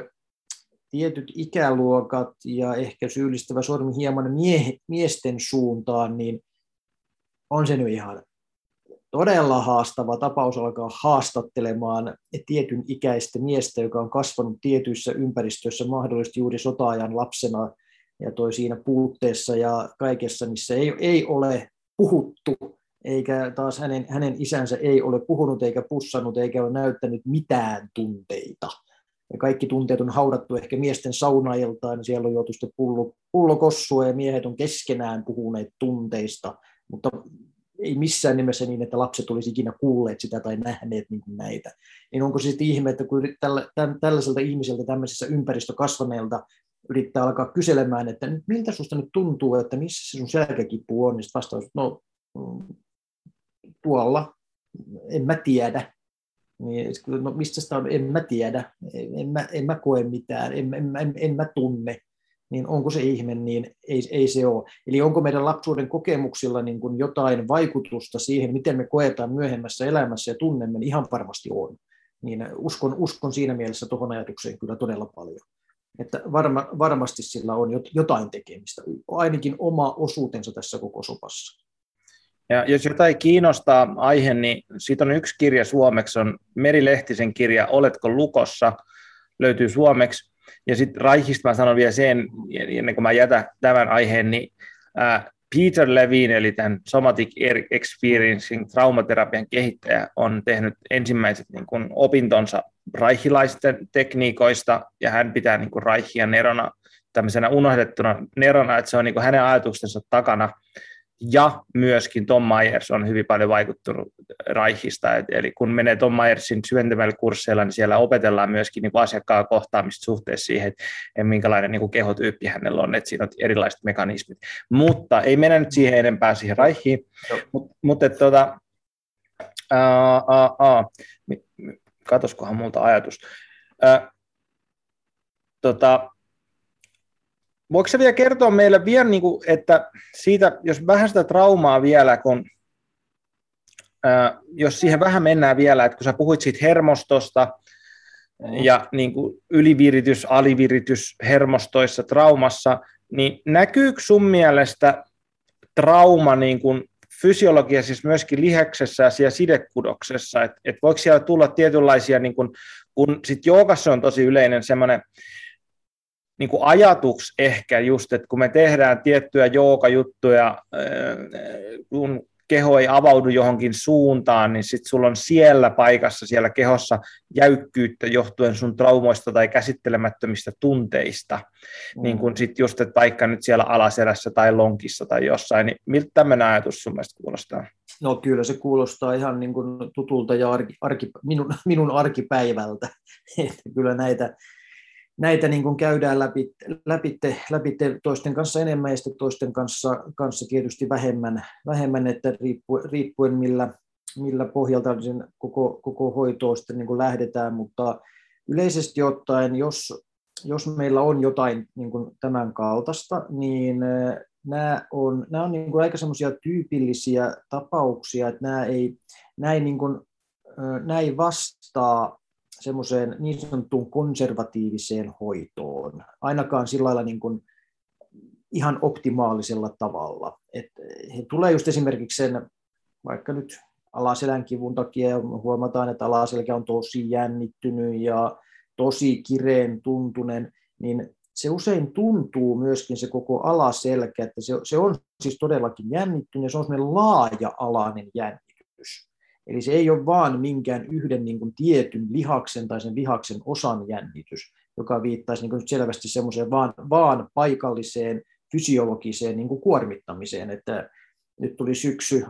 tietyt ikäluokat ja ehkä syyllistävä sormi hieman mie, miesten suuntaan, niin on se nyt ihan todella haastava tapaus alkaa haastattelemaan tietyn ikäistä miestä, joka on kasvanut tietyissä ympäristöissä mahdollisesti juuri sota-ajan lapsena ja toi siinä puutteessa ja kaikessa, missä ei, ei ole puhuttu, eikä taas hänen, hänen isänsä ei ole puhunut eikä pussannut eikä ole näyttänyt mitään tunteita. Ja kaikki tunteet on haudattu ehkä miesten saunailtaan, siellä on joutu sitten pullo, pullo kossua ja miehet on keskenään puhuneet tunteista, mutta ei missään nimessä niin, että lapset olisi ikinä kuulleet sitä tai nähneet niin kuin näitä. Niin onko se sitten ihme, että kun tällä, tämän, tällaiselta ihmiseltä tämmöisessä ympäristökasvaneelta yrittää alkaa kyselemään, että miltä susta nyt tuntuu, että missä se sun selkäkipu on, niin vastaus, no tuolla, en mä tiedä. Niin, no mistä sitä on, en mä tiedä, en mä, en mä koe mitään, en, en, en, en mä tunne. Niin onko se ihme, niin ei, ei se ole. Eli onko meidän lapsuuden kokemuksilla niin kuin jotain vaikutusta siihen, miten me koetaan myöhemmässä elämässä ja tunnemme, niin ihan varmasti on. Niin uskon, uskon siinä mielessä tuohon ajatukseen kyllä todella paljon. Että varma, varmasti sillä on jotain tekemistä, ainakin oma osuutensa tässä koko sopassa.
Ja jos jotain kiinnostaa aihe, niin siitä on yksi kirja suomeksi, on Meri Lehtisen kirja Oletko lukossa, löytyy suomeksi. Ja sitten Reichista mä sanon vielä sen, ennen kuin mä jätän tämän aiheen, niin ää, Peter Levine, eli tämän Somatic Experiencing traumaterapian kehittäjä, on tehnyt ensimmäiset niin kuin opintonsa reichilaisten tekniikoista, ja hän pitää niin kuin Reichia nerona, tämmöisenä unohdettuna nerona, että se on niin kuin hänen ajatuksensa takana. Ja myöskin Tom Myers on hyvin paljon vaikuttunut Reichista, eli kun menee Tom Myersin syventävällä kursseilla, niin siellä opetellaan myöskin niin kuin asiakkaan kohtaamista suhteessa siihen, että minkälainen niin kuin kehotyyppi hänellä on, että siinä on erilaiset mekanismit. Mutta ei mennä nyt siihen enempää siihen Reichiin, mutta mut, tuota, katoskohan multa ajatus. Ää, tota, Voiko se vielä kertoa meille vielä, niin kuin, että siitä, jos vähän sitä traumaa vielä, kun, ää, jos siihen vähän mennään vielä, että kun sä puhuit siitä hermostosta mm. ja niin kuin yliviritys, aliviritys hermostoissa, traumassa, niin näkyykö sun mielestä trauma niin kuin fysiologia siis myöskin lihaksessa ja siellä sidekudoksessa, että et voiko siellä tulla tietynlaisia, niin kuin, kun sitten joogassa on tosi yleinen semmoinen, niin kuin ajatus ehkä just, että kun me tehdään tiettyjä joogajuttuja, kun keho ei avaudu johonkin suuntaan, niin sitten sulla on siellä paikassa, siellä kehossa jäykkyyttä johtuen sun traumoista tai käsittelemättömistä tunteista, mm. niin kuin sitten just, että vaikka nyt siellä alaselässä tai lonkissa tai jossain, niin miltä tämmöinen ajatus sun mielestä kuulostaa?
No kyllä se kuulostaa ihan niin kuin tutulta ja arki, arki, minun, minun arkipäivältä, että kyllä näitä Näitä niin kuin käydään läpi, läpi, läpi toisten kanssa enemmän ja toisten kanssa, kanssa tietysti vähemmän, vähemmän että riippuen, riippuen millä, millä pohjalta sen koko, koko hoitoa sitten niin kuin lähdetään, mutta yleisesti ottaen, jos, jos meillä on jotain niin kuin tämän kaltaista, niin nämä on, nämä on niin kuin aika semmoisia tyypillisiä tapauksia, että nämä ei, nämä ei, niin kuin, nämä ei vastaa semmoiseen niin sanottuun konservatiiviseen hoitoon, ainakaan sillä lailla niin kuin ihan optimaalisella tavalla. Et he tulee just esimerkiksi sen, vaikka nyt alaselän kivun takia, huomataan, että alaselkä on tosi jännittynyt ja tosi kireen tuntunen, niin se usein tuntuu myöskin se koko alaselkä, että se, se on siis todellakin jännittynyt ja se on semmoinen laaja-alainen jännitys. Eli se ei ole vaan minkään yhden niin kuin tietyn lihaksen tai sen lihaksen osan jännitys, joka viittaisi niin kuin selvästi semmoiseen vaan, vaan paikalliseen fysiologiseen niin kuin kuormittamiseen. Että nyt tuli syksy,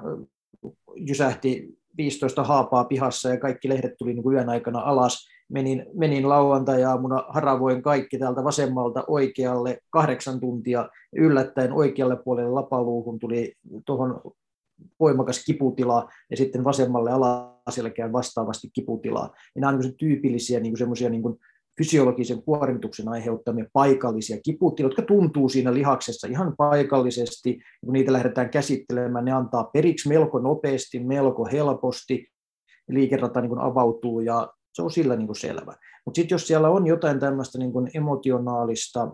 jysähti viisitoista haapaa pihassa ja kaikki lehdet tuli niin kuin yön aikana alas. Menin, menin lauantai-aamuna, haravoin kaikki täältä vasemmalta oikealle kahdeksan tuntia. Yllättäen oikealle puolelle lapaluuhun tuli tuohon voimakas kiputila ja sitten vasemmalle alaselkään vastaavasti kiputilaa. Ja nämä on niin tyypillisiä niin semmoisia niin fysiologisen kuormituksen aiheuttamia paikallisia kiputiloja, jotka tuntuu siinä lihaksessa ihan paikallisesti. Kun niitä lähdetään käsittelemään, ne antaa periksi melko nopeasti, melko helposti. Liikerata niin avautuu ja se on sillä niin selvä. Mutta sitten jos siellä on jotain tämmöistä niin emotionaalista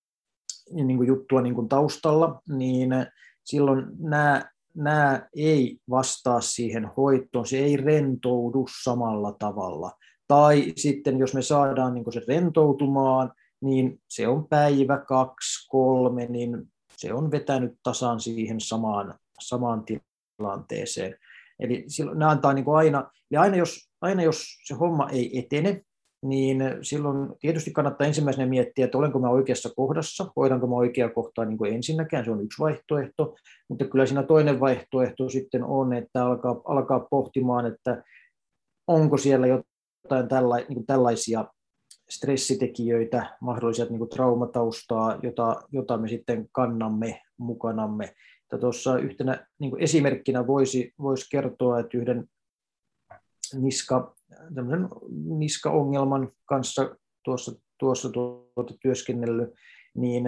niin juttua niin taustalla, niin silloin nämä nämä ei vastaa siihen hoitoon, se ei rentoudu samalla tavalla. Tai sitten jos me saadaan niin se rentoutumaan, niin se on päivä, kaksi, kolme, niin se on vetänyt tasan siihen samaan, samaan tilanteeseen. Eli silloin ne antaa niin aina, ja aina jos, aina jos se homma ei etene, niin silloin tietysti kannattaa ensimmäisenä miettiä, että olenko mä oikeassa kohdassa, hoidanko mä oikeaa kohtaa niin kuin ensinnäkään, se on yksi vaihtoehto, mutta kyllä siinä toinen vaihtoehto sitten on, että alkaa, alkaa pohtimaan, että onko siellä jotain tälla, niin kuin tällaisia stressitekijöitä, mahdollisia niin kuin traumataustaa, jota, jota me sitten kannamme mukanamme. Tuossa yhtenä niin kuin esimerkkinä voisi, voisi kertoa, että yhden niska, niskaongelman kanssa tuossa, tuossa tuota työskennellyt, niin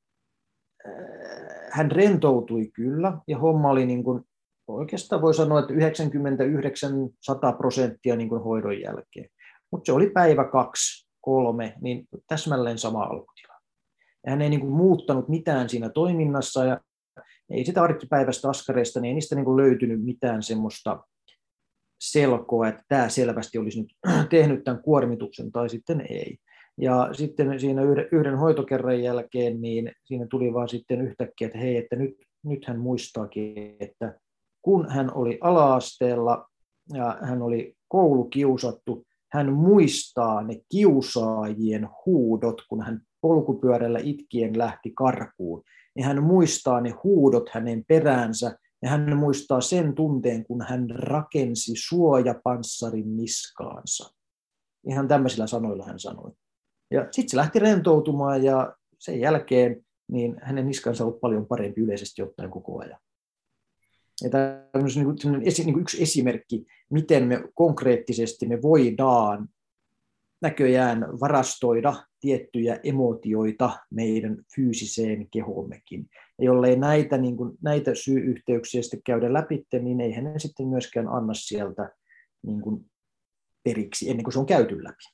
hän rentoutui kyllä, ja homma oli niin kuin, oikeastaan voi sanoa, että yhdeksänkymmentäyhdeksän sata prosenttia niin kuin hoidon jälkeen. Mutta se oli päivä kaksi, kolme, niin täsmälleen sama alkutila. Ja hän ei niin kuin muuttanut mitään siinä toiminnassa, ja ei sitä arkipäiväistä askareista, niin ei niistä niin kuin löytynyt mitään semmoista selkoa, että tämä selvästi olisi nyt tehnyt tämän kuormituksen tai sitten ei. Ja sitten siinä yhden, yhden hoitokerran jälkeen, niin siinä tuli vaan sitten yhtäkkiä, että hei, että nyt, nyt hän muistaakin, että kun hän oli ala-asteella ja hän oli koulukiusattu, hän muistaa ne kiusaajien huudot, kun hän polkupyörällä itkien lähti karkuun. Ja hän muistaa ne huudot hänen peräänsä, ja hän muistaa sen tunteen, kun hän rakensi suojapanssarin niskaansa. Ihan tämmöisillä sanoilla hän sanoi. Ja sitten se lähti rentoutumaan, ja sen jälkeen niin hänen niskansa on ollut paljon parempi yleisesti ottaen koko ajan. Ja tämä on niin kuin yksi esimerkki, miten me konkreettisesti me voidaan näköjään varastoida tiettyjä emootioita meidän fyysiseen kehoommekin. Ja jollei näitä, niin kuin, näitä syy-yhteyksiä sitten käydä läpi, niin eihän ne sitten myöskään anna sieltä niin kuin periksi ennen kuin se on käyty läpi.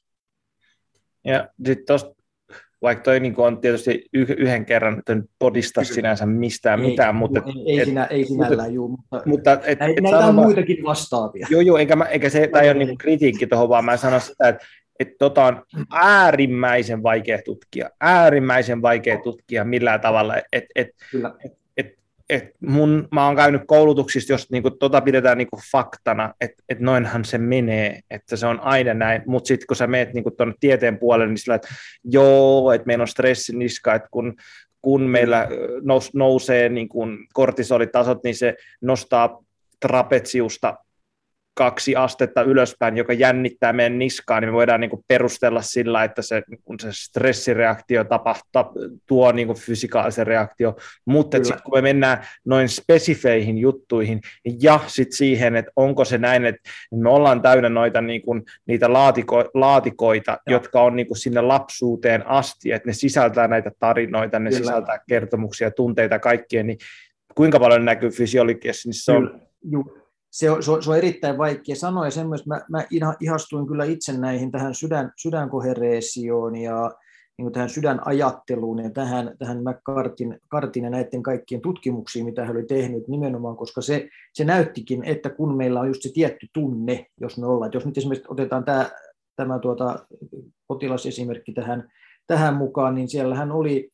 Ja sitten tuosta, vaikka toi niin on tietysti yhden kerran, että nyt podista sinänsä mistään ei, mitään, mutta...
Ei, ei, sinä, ei sinällään, juu, mutta,
mutta et, et,
näitä et on muitakin vastaavia.
Joo, joo, eikä, mä, eikä se, tämä ei ole niin kritiikki tuohon, vaan mä sanon sitä, että että tota on äärimmäisen vaikea tutkia, äärimmäisen vaikea tutkia millään tavalla, että et, et, et, et mun, mä oon käynyt koulutuksista, jos niinku tota pidetään niinku faktana, että et noinhan se menee, että se on aina näin, mutta sitten kun sä meet niinku tuonne tieteen puolelle, niin sillä, että joo, että meillä on stressiniska, että kun, kun meillä nous, nousee niinku kortisolitasot, niin se nostaa trapetsiusta kaksi astetta ylöspäin, joka jännittää meidän niskaa, niin me voidaan niin kuin perustella sillä, että se, kun se stressireaktio tapahtuu, tuo niin kuin fysikaalisen reaktio, mutta sitten kun me mennään noin spesifeihin juttuihin ja sitten siihen, että onko se näin, että me ollaan täynnä noita niin kuin, niitä laatiko, laatikoita, ja. jotka on niin kuin sinne lapsuuteen asti, että ne sisältää näitä tarinoita, ne Kyllä. sisältää kertomuksia, tunteita, kaikkea, niin kuinka paljon näkyy fysiologiassa, niin se on...
Kyllä. Se on, se, on, se on erittäin vaikea sanoa, ja semmoista mä, mä ihastuin kyllä itse näihin tähän sydän, sydänkohereesioon ja niin kuin tähän sydänajatteluun ja tähän, tähän McCartin Cartin ja näiden kaikkien tutkimuksiin, mitä hän oli tehnyt nimenomaan, koska se, se näyttikin, että kun meillä on just se tietty tunne, jos me ollaan, että jos nyt esimerkiksi otetaan tämä, tämä tuota, potilasesimerkki tähän, tähän mukaan, niin siellähän oli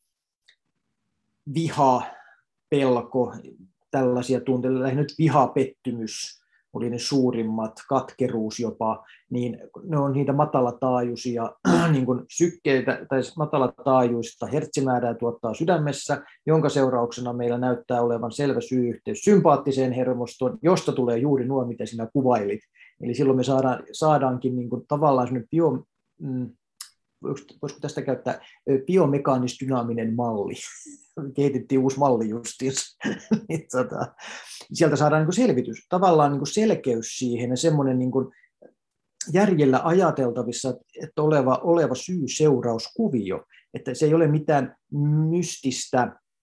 viha, pelko, tällaisia tunteita, lähinnä nyt vihapettymys oli ne suurimmat, katkeruus jopa, niin ne on niitä matalataajuisia niin kuin sykkeitä tai matalataajuista hertsimäärää tuottaa sydämessä, jonka seurauksena meillä näyttää olevan selvä syy-yhteys sympaattiseen hermostoon, josta tulee juuri nuo, mitä sinä kuvailit. Eli silloin me saadaan, saadaankin niin kuin tavallaan sellainen bio, mm, voisiko tästä käyttää biomekaanis-dynaaminen malli. Kehitettiin uusi malli justiinsa. niin, tota, sieltä saadaan niin kuin selvitys, tavallaan niin kuin selkeys siihen ja semmoinen niin kuin järjellä ajateltavissa, että oleva, oleva syy-seurauskuvio, että se ei ole mitään mystistä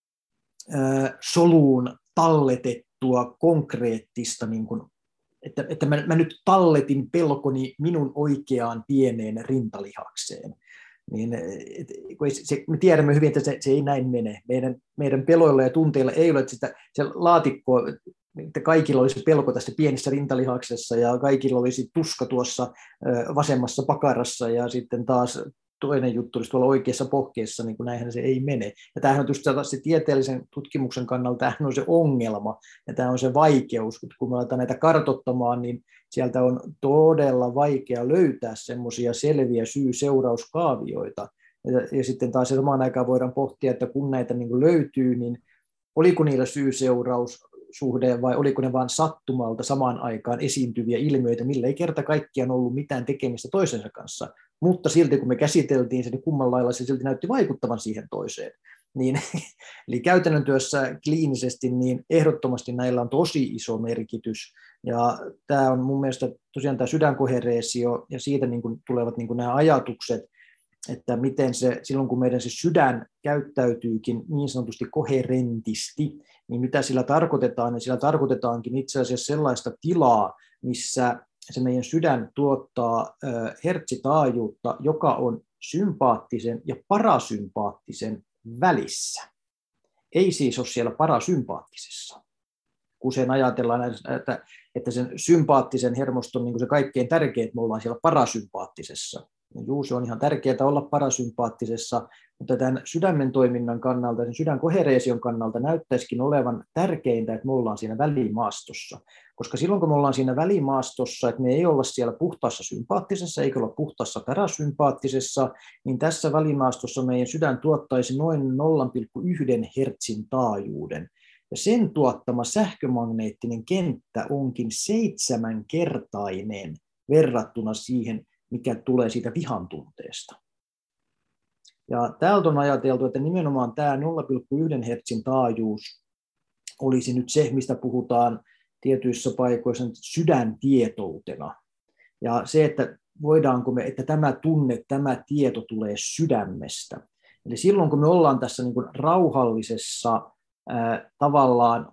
äh, soluun talletettua konkreettista niin kuin, että, että mä, mä nyt talletin pelkoni minun oikeaan pieneen rintalihakseen. Niin, et, se, me tiedämme hyvin, että se, se ei näin mene. Meidän, meidän peloilla ja tunteilla ei ole sitä, se laatikko, että kaikilla olisi pelko tästä pienessä rintalihaksessa ja kaikilla olisi tuska tuossa vasemmassa pakarassa ja sitten taas toinen juttu olisi tuolla oikeassa pohkeessa, niin kuin näinhän se ei mene. Ja tämähän on just se tieteellisen tutkimuksen kannalta, tämähän on se ongelma ja tämä on se vaikeus. Kun me aletaan näitä kartoittamaan, niin sieltä on todella vaikea löytää semmoisia selviä syy-seurauskaavioita. Ja, ja sitten taas samaan aikaan voidaan pohtia, että kun näitä niin kuin löytyy, niin oliko niillä syy-seuraussuhde vai oliko ne vain sattumalta samaan aikaan esiintyviä ilmiöitä, millä ei kerta kaikkiaan ollut mitään tekemistä toisensa kanssa. Mutta silti kun me käsiteltiin se, niin kumman lailla se silti näytti vaikuttavan siihen toiseen. Niin, eli käytännön työssä kliinisesti niin ehdottomasti näillä on tosi iso merkitys. Ja tämä on mun mielestä tosiaan tämä sydänkohereesio ja siitä niin kuin tulevat niin kuin nämä ajatukset, että miten se, silloin kun meidän se sydän käyttäytyykin niin sanotusti koherentisti, niin mitä sillä tarkoitetaan, niin sillä tarkoitetaankin itse asiassa sellaista tilaa, missä se meidän sydän tuottaa hertsitaajuutta, joka on sympaattisen ja parasympaattisen välissä. ei siis ole siellä parasympaattisessa. Kun sen ajatellaan, että, että sen sympaattisen hermoston niin se kaikkein tärkein, että me ollaan siellä parasympaattisessa. Juu, se on ihan tärkeää olla parasympaattisessa, mutta tämän sydämen toiminnan kannalta, sen sydänkohereesion kannalta näyttäisikin olevan tärkeintä, että me ollaan siinä välimaastossa. Koska silloin, kun me ollaan siinä välimaastossa, että me ei olla siellä puhtaassa sympaattisessa, eikä olla puhtaassa parasympaattisessa, niin tässä välimaastossa meidän sydän tuottaisi noin nolla pilkku yksi hertsin taajuuden. Ja sen tuottama sähkömagneettinen kenttä onkin seitsemänkertainen verrattuna siihen, mikä tulee siitä vihan tunteesta. Ja täältä on ajateltu, että nimenomaan tämä nolla pilkku yksi hertsin taajuus olisi nyt se, mistä puhutaan tietyissä paikoissa sydäntietoutena. Ja se, että voidaanko me, että tämä tunne, tämä tieto tulee sydämestä. Eli silloin, kun me ollaan tässä niin kuin rauhallisessa ää, tavallaan,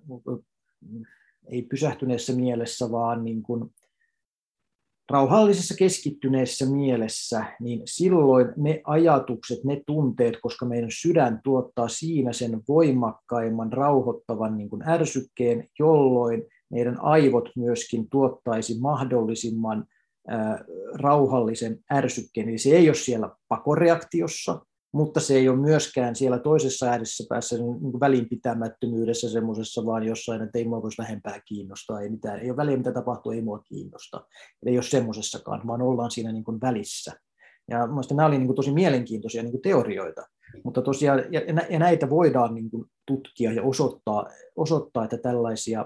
ei pysähtyneessä mielessä, vaan niin kuin rauhallisessa keskittyneessä mielessä, niin silloin ne ajatukset, ne tunteet, koska meidän sydän tuottaa siinä sen voimakkaimman rauhoittavan niin kuin ärsykkeen, jolloin meidän aivot myöskin tuottaisi mahdollisimman ää, rauhallisen ärsykkeen. Eli se ei ole siellä pakoreaktiossa, mutta se ei ole myöskään siellä toisessa ääressä päässä niin välinpitämättömyydessä semmoisessa, vaan jossain, että ei mua voisi vähempää kiinnostaa, ei, mitään, ei ole väliä, mitä tapahtuu, ei mua kiinnosta. Ei ole semmoisessakaan, vaan ollaan siinä niin kuin välissä. Ja mielestäni nämä olivat niin kuin tosi mielenkiintoisia niin kuin teorioita, mutta tosiaan, ja näitä voidaan niin kuin tutkia ja osoittaa, osoittaa, että tällaisia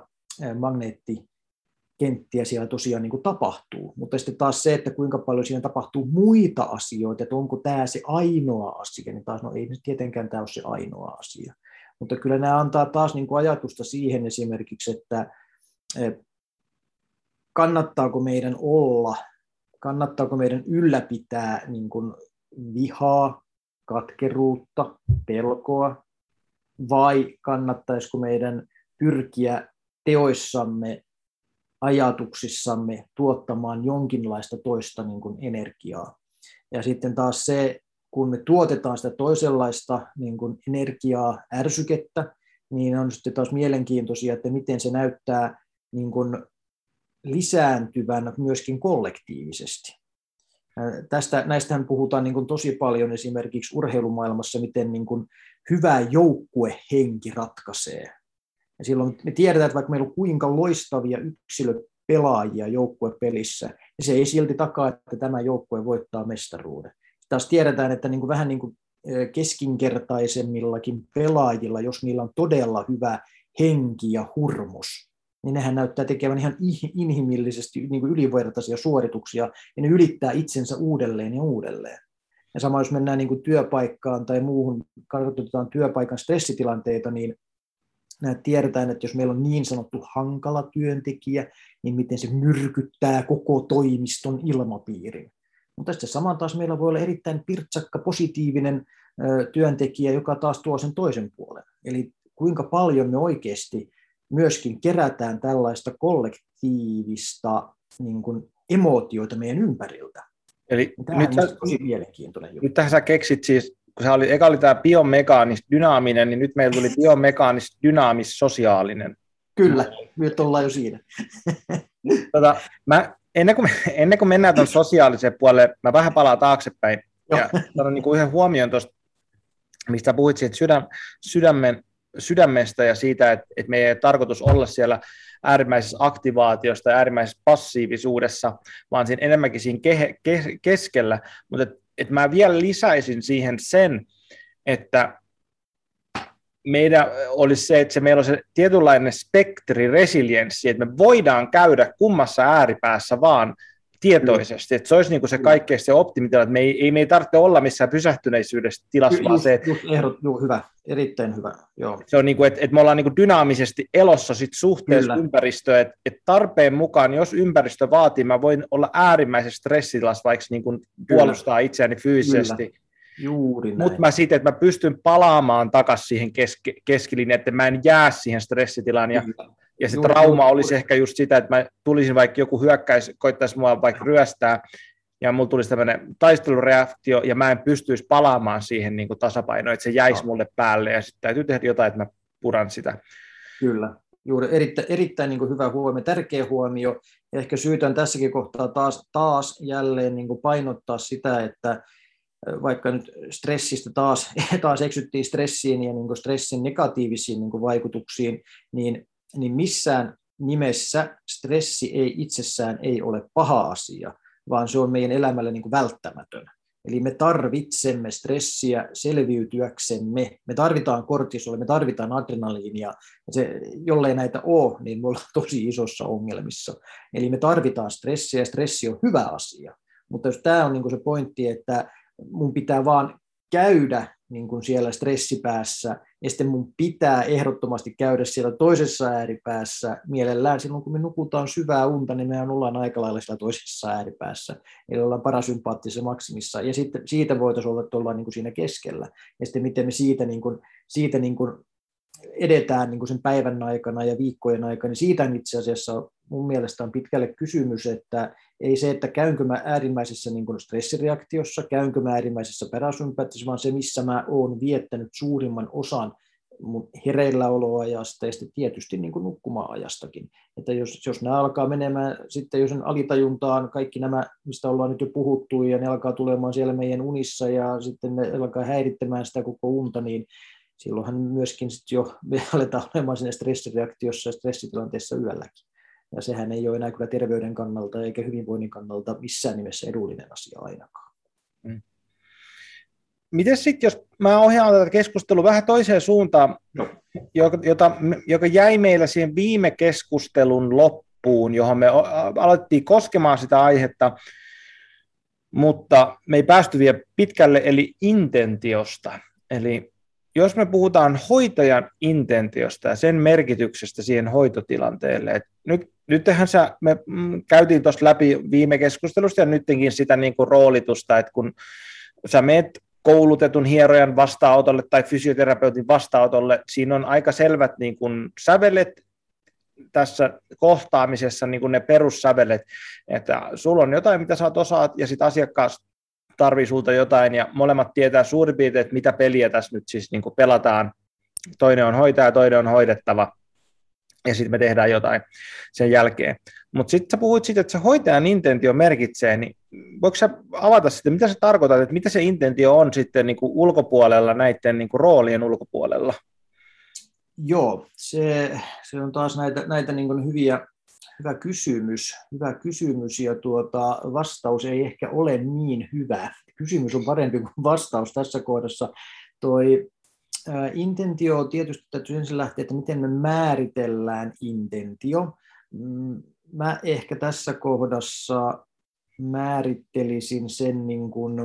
magneettikenttiä siellä tosiaan niin kuin tapahtuu, mutta sitten taas se, että kuinka paljon siinä tapahtuu muita asioita, että onko tämä se ainoa asia, niin taas no ei tietenkään tämä ole se ainoa asia, mutta kyllä nämä antaa taas niin kuin ajatusta siihen esimerkiksi, että kannattaako meidän olla, kannattaako meidän ylläpitää niin kuin vihaa, katkeruutta, pelkoa, vai kannattaisiko meidän pyrkiä teoissamme, ajatuksissamme tuottamaan jonkinlaista toista niin kuin energiaa. Ja sitten taas se, kun me tuotetaan sitä toisenlaista niin kuin energiaa, ärsykettä, niin on sitten taas mielenkiintoisia, että miten se näyttää niin kuin lisääntyvän myöskin kollektiivisesti. Tästä, näistähän puhutaan niin kuin tosi paljon esimerkiksi urheilumaailmassa, miten niin kuin hyvä joukkuehenki ratkaisee. Ja silloin me tiedetään, että vaikka meillä on kuinka loistavia yksilöpelaajia joukkuepelissä, niin se ei silti takaa, että tämä joukkue voittaa mestaruuden. Taas tiedetään, että niin kuin vähän niin kuin keskinkertaisemmillakin pelaajilla, jos niillä on todella hyvä henki ja hurmus, niin nehän näyttää tekevän ihan inhimillisesti niin kuin ylivertaisia suorituksia, ja ne ylittää itsensä uudelleen ja uudelleen. Ja sama jos mennään niin kuin työpaikkaan tai muuhun, katsotaan työpaikan stressitilanteita, niin tiedetään, että jos meillä on niin sanottu hankala työntekijä, niin miten se myrkyttää koko toimiston ilmapiirin. Mutta sitten saman taas meillä voi olla erittäin pirtsakka, positiivinen ö, työntekijä, joka taas tuo sen toisen puolen. Eli kuinka paljon me oikeasti myöskin kerätään tällaista kollektiivista niin kuin emootioita meidän ympäriltä.
Eli
tämä
nyt,
on
sä,
tosi mielenkiintoinen juttu.
nyt tähän sä keksit siis, kun se oli, eka oli tämä biomekaanis-dynaaminen, niin nyt meillä tuli biomekaanis-dynaamis-sosiaalinen.
Kyllä, nyt ollaan jo siinä.
Tota, mä, ennen, kuin, ennen kuin mennään tuon sosiaaliseen puolelle, mä vähän palaan taaksepäin. Ja sanon niin kuin yhden huomion tuosta, mistä puhuit siitä sydän, sydämen, sydämestä ja siitä, että, että meidän ei tarkoitus olla siellä äärimmäisessä aktivaatiosta ja äärimmäisessä passiivisuudessa, vaan siinä enemmänkin siinä ke, ke, keskellä. Mutta et, et mä vielä lisäisin siihen sen, että meidän olisi se, että se meillä on se tietynlainen spektri-resilienssi, että me voidaan käydä kummassa ääripäässä vaan tietoisesti, että se olisi niin kuin se kaikkein se optimitila, että me ei, ei, me ei tarvitse olla missään pysähtyneisyydessä tilassa,
just,
vaan se, että
just ehdot, joo, hyvä, erittäin hyvä. Joo.
Se on niin kuin, että, että me ollaan niin kuin dynaamisesti elossa sit suhteessa Kyllä. ympäristöön, että, että tarpeen mukaan, jos ympäristö vaatii, mä voin olla äärimmäisessä stressitilassa, vaikka niin kuin puolustaa itseäni fyysisesti. Mutta mä sitten, että mä pystyn palaamaan takaisin siihen keski, keskilinjaan, että mä en jää siihen stressitilaan. Ja, ja se trauma olisi ehkä just sitä, että mä tulisin vaikka joku hyökkäisi, koittaisi mua vaikka ryöstää, ja mulla tulisi tämmöinen taistelureaktio, ja mä en pystyisi palaamaan siihen niin kuin tasapainoon, että se jäisi mulle päälle, ja sitten täytyy tehdä jotain, että mä puran sitä.
Kyllä, juuri erittäin, erittäin niin kuin hyvä huomio, tärkeä huomio. Ja ehkä syytän tässäkin kohtaa taas, taas jälleen niin kuin painottaa sitä, että vaikka nyt stressistä taas, taas eksyttiin stressiin ja niin kuin stressin negatiivisiin niin kuin vaikutuksiin, niin, niin missään nimessä stressi ei itsessään ei ole paha asia, vaan se on meidän elämälle niin kuin välttämätön. Eli me tarvitsemme stressiä selviytyäksemme. Me tarvitaan kortisolia, me tarvitaan adrenaliinia. Se, jollei näitä ole, niin me ollaan tosi isossa ongelmissa. Eli me tarvitaan stressiä, ja stressi on hyvä asia. Mutta jos tämä on niin kuin se pointti, että mun pitää vaan käydä niin kuin siellä stressipäässä, ja sitten mun pitää ehdottomasti käydä siellä toisessa ääripäässä mielellään silloin, kun me nukutaan syvää unta, niin mehän ollaan aika lailla siellä toisessa ääripäässä, eli ollaan parasympaattisessa maksimissa, ja sitten siitä voitaisiin olla, että ollaan niin kuin siinä keskellä, ja sitten miten me siitä, niin kuin, siitä niin kuin edetään niin kuin sen päivän aikana ja viikkojen aikana, niin siitä on itse asiassa mun mielestä on pitkälle kysymys, että ei se, että käynkö mä äärimmäisessä niin kuin stressireaktiossa, käynkö mä äärimmäisessä parasympaattisessa, vaan se, missä mä oon viettänyt suurimman osan mun hereilläoloajasta ja sitten tietysti niin kuin nukkumaan-ajastakin. Että jos, jos nämä alkaa menemään sitten jo sen alitajuntaan, kaikki nämä, mistä ollaan nyt jo puhuttu, ja ne alkaa tulemaan siellä meidän unissa, ja sitten ne alkaa häirittämään sitä koko unta, niin silloinhan myöskin sitten jo me aletaan olemaan siinä stressireaktiossa ja stressitilanteessa yölläkin. Ja sehän ei ole enää kyllä terveyden kannalta eikä hyvinvoinnin kannalta missään nimessä edullinen asia ainakaan.
Mm. Miten sitten, jos mä ohjaan tätä keskustelua vähän toiseen suuntaan, no. joka, jota, joka jäi meillä siihen viime keskustelun loppuun, johon me alettiin koskemaan sitä aihetta, mutta me ei päästy vielä pitkälle, eli intentiosta. Eli jos me puhutaan hoitajan intentiosta ja sen merkityksestä siihen hoitotilanteelle, että nyt, nythän sä, me käytiin tuossa läpi viime keskustelusta ja nytkin sitä niin kuin roolitusta, että kun sä meet koulutetun hierojan vastaanotolle tai fysioterapeutin vastaanotolle, siinä on aika selvät niin kuin sävelet tässä kohtaamisessa, niin kuin ne perussävelet, että sulla on jotain, mitä sä osaat, ja sitten asiakas tarvii sulta jotain, ja molemmat tietää suurin piirtein, että mitä peliä tässä nyt siis niin kuin pelataan. Toinen on hoitaja, toinen on hoidettava, ja sitten me tehdään jotain sen jälkeen. Mutta sitten sä puhuit siitä, että se hoitajan intentio merkitsee, niin voiko sä avata sitten, mitä sä tarkoitat, että mitä se intentio on sitten niin kuin ulkopuolella, näiden niin kuin roolien ulkopuolella?
Joo, se, se on taas näitä, näitä niin kuin hyviä, hyvä kysymys, hyvä kysymys, ja tuota, vastaus ei ehkä ole niin hyvä. Kysymys on parempi kuin vastaus tässä kohdassa. Toi ää, intentio tietysti täytyy ensin lähteä, että miten me määritellään intentio. Mä ehkä tässä kohdassa määrittelisin sen niin kuin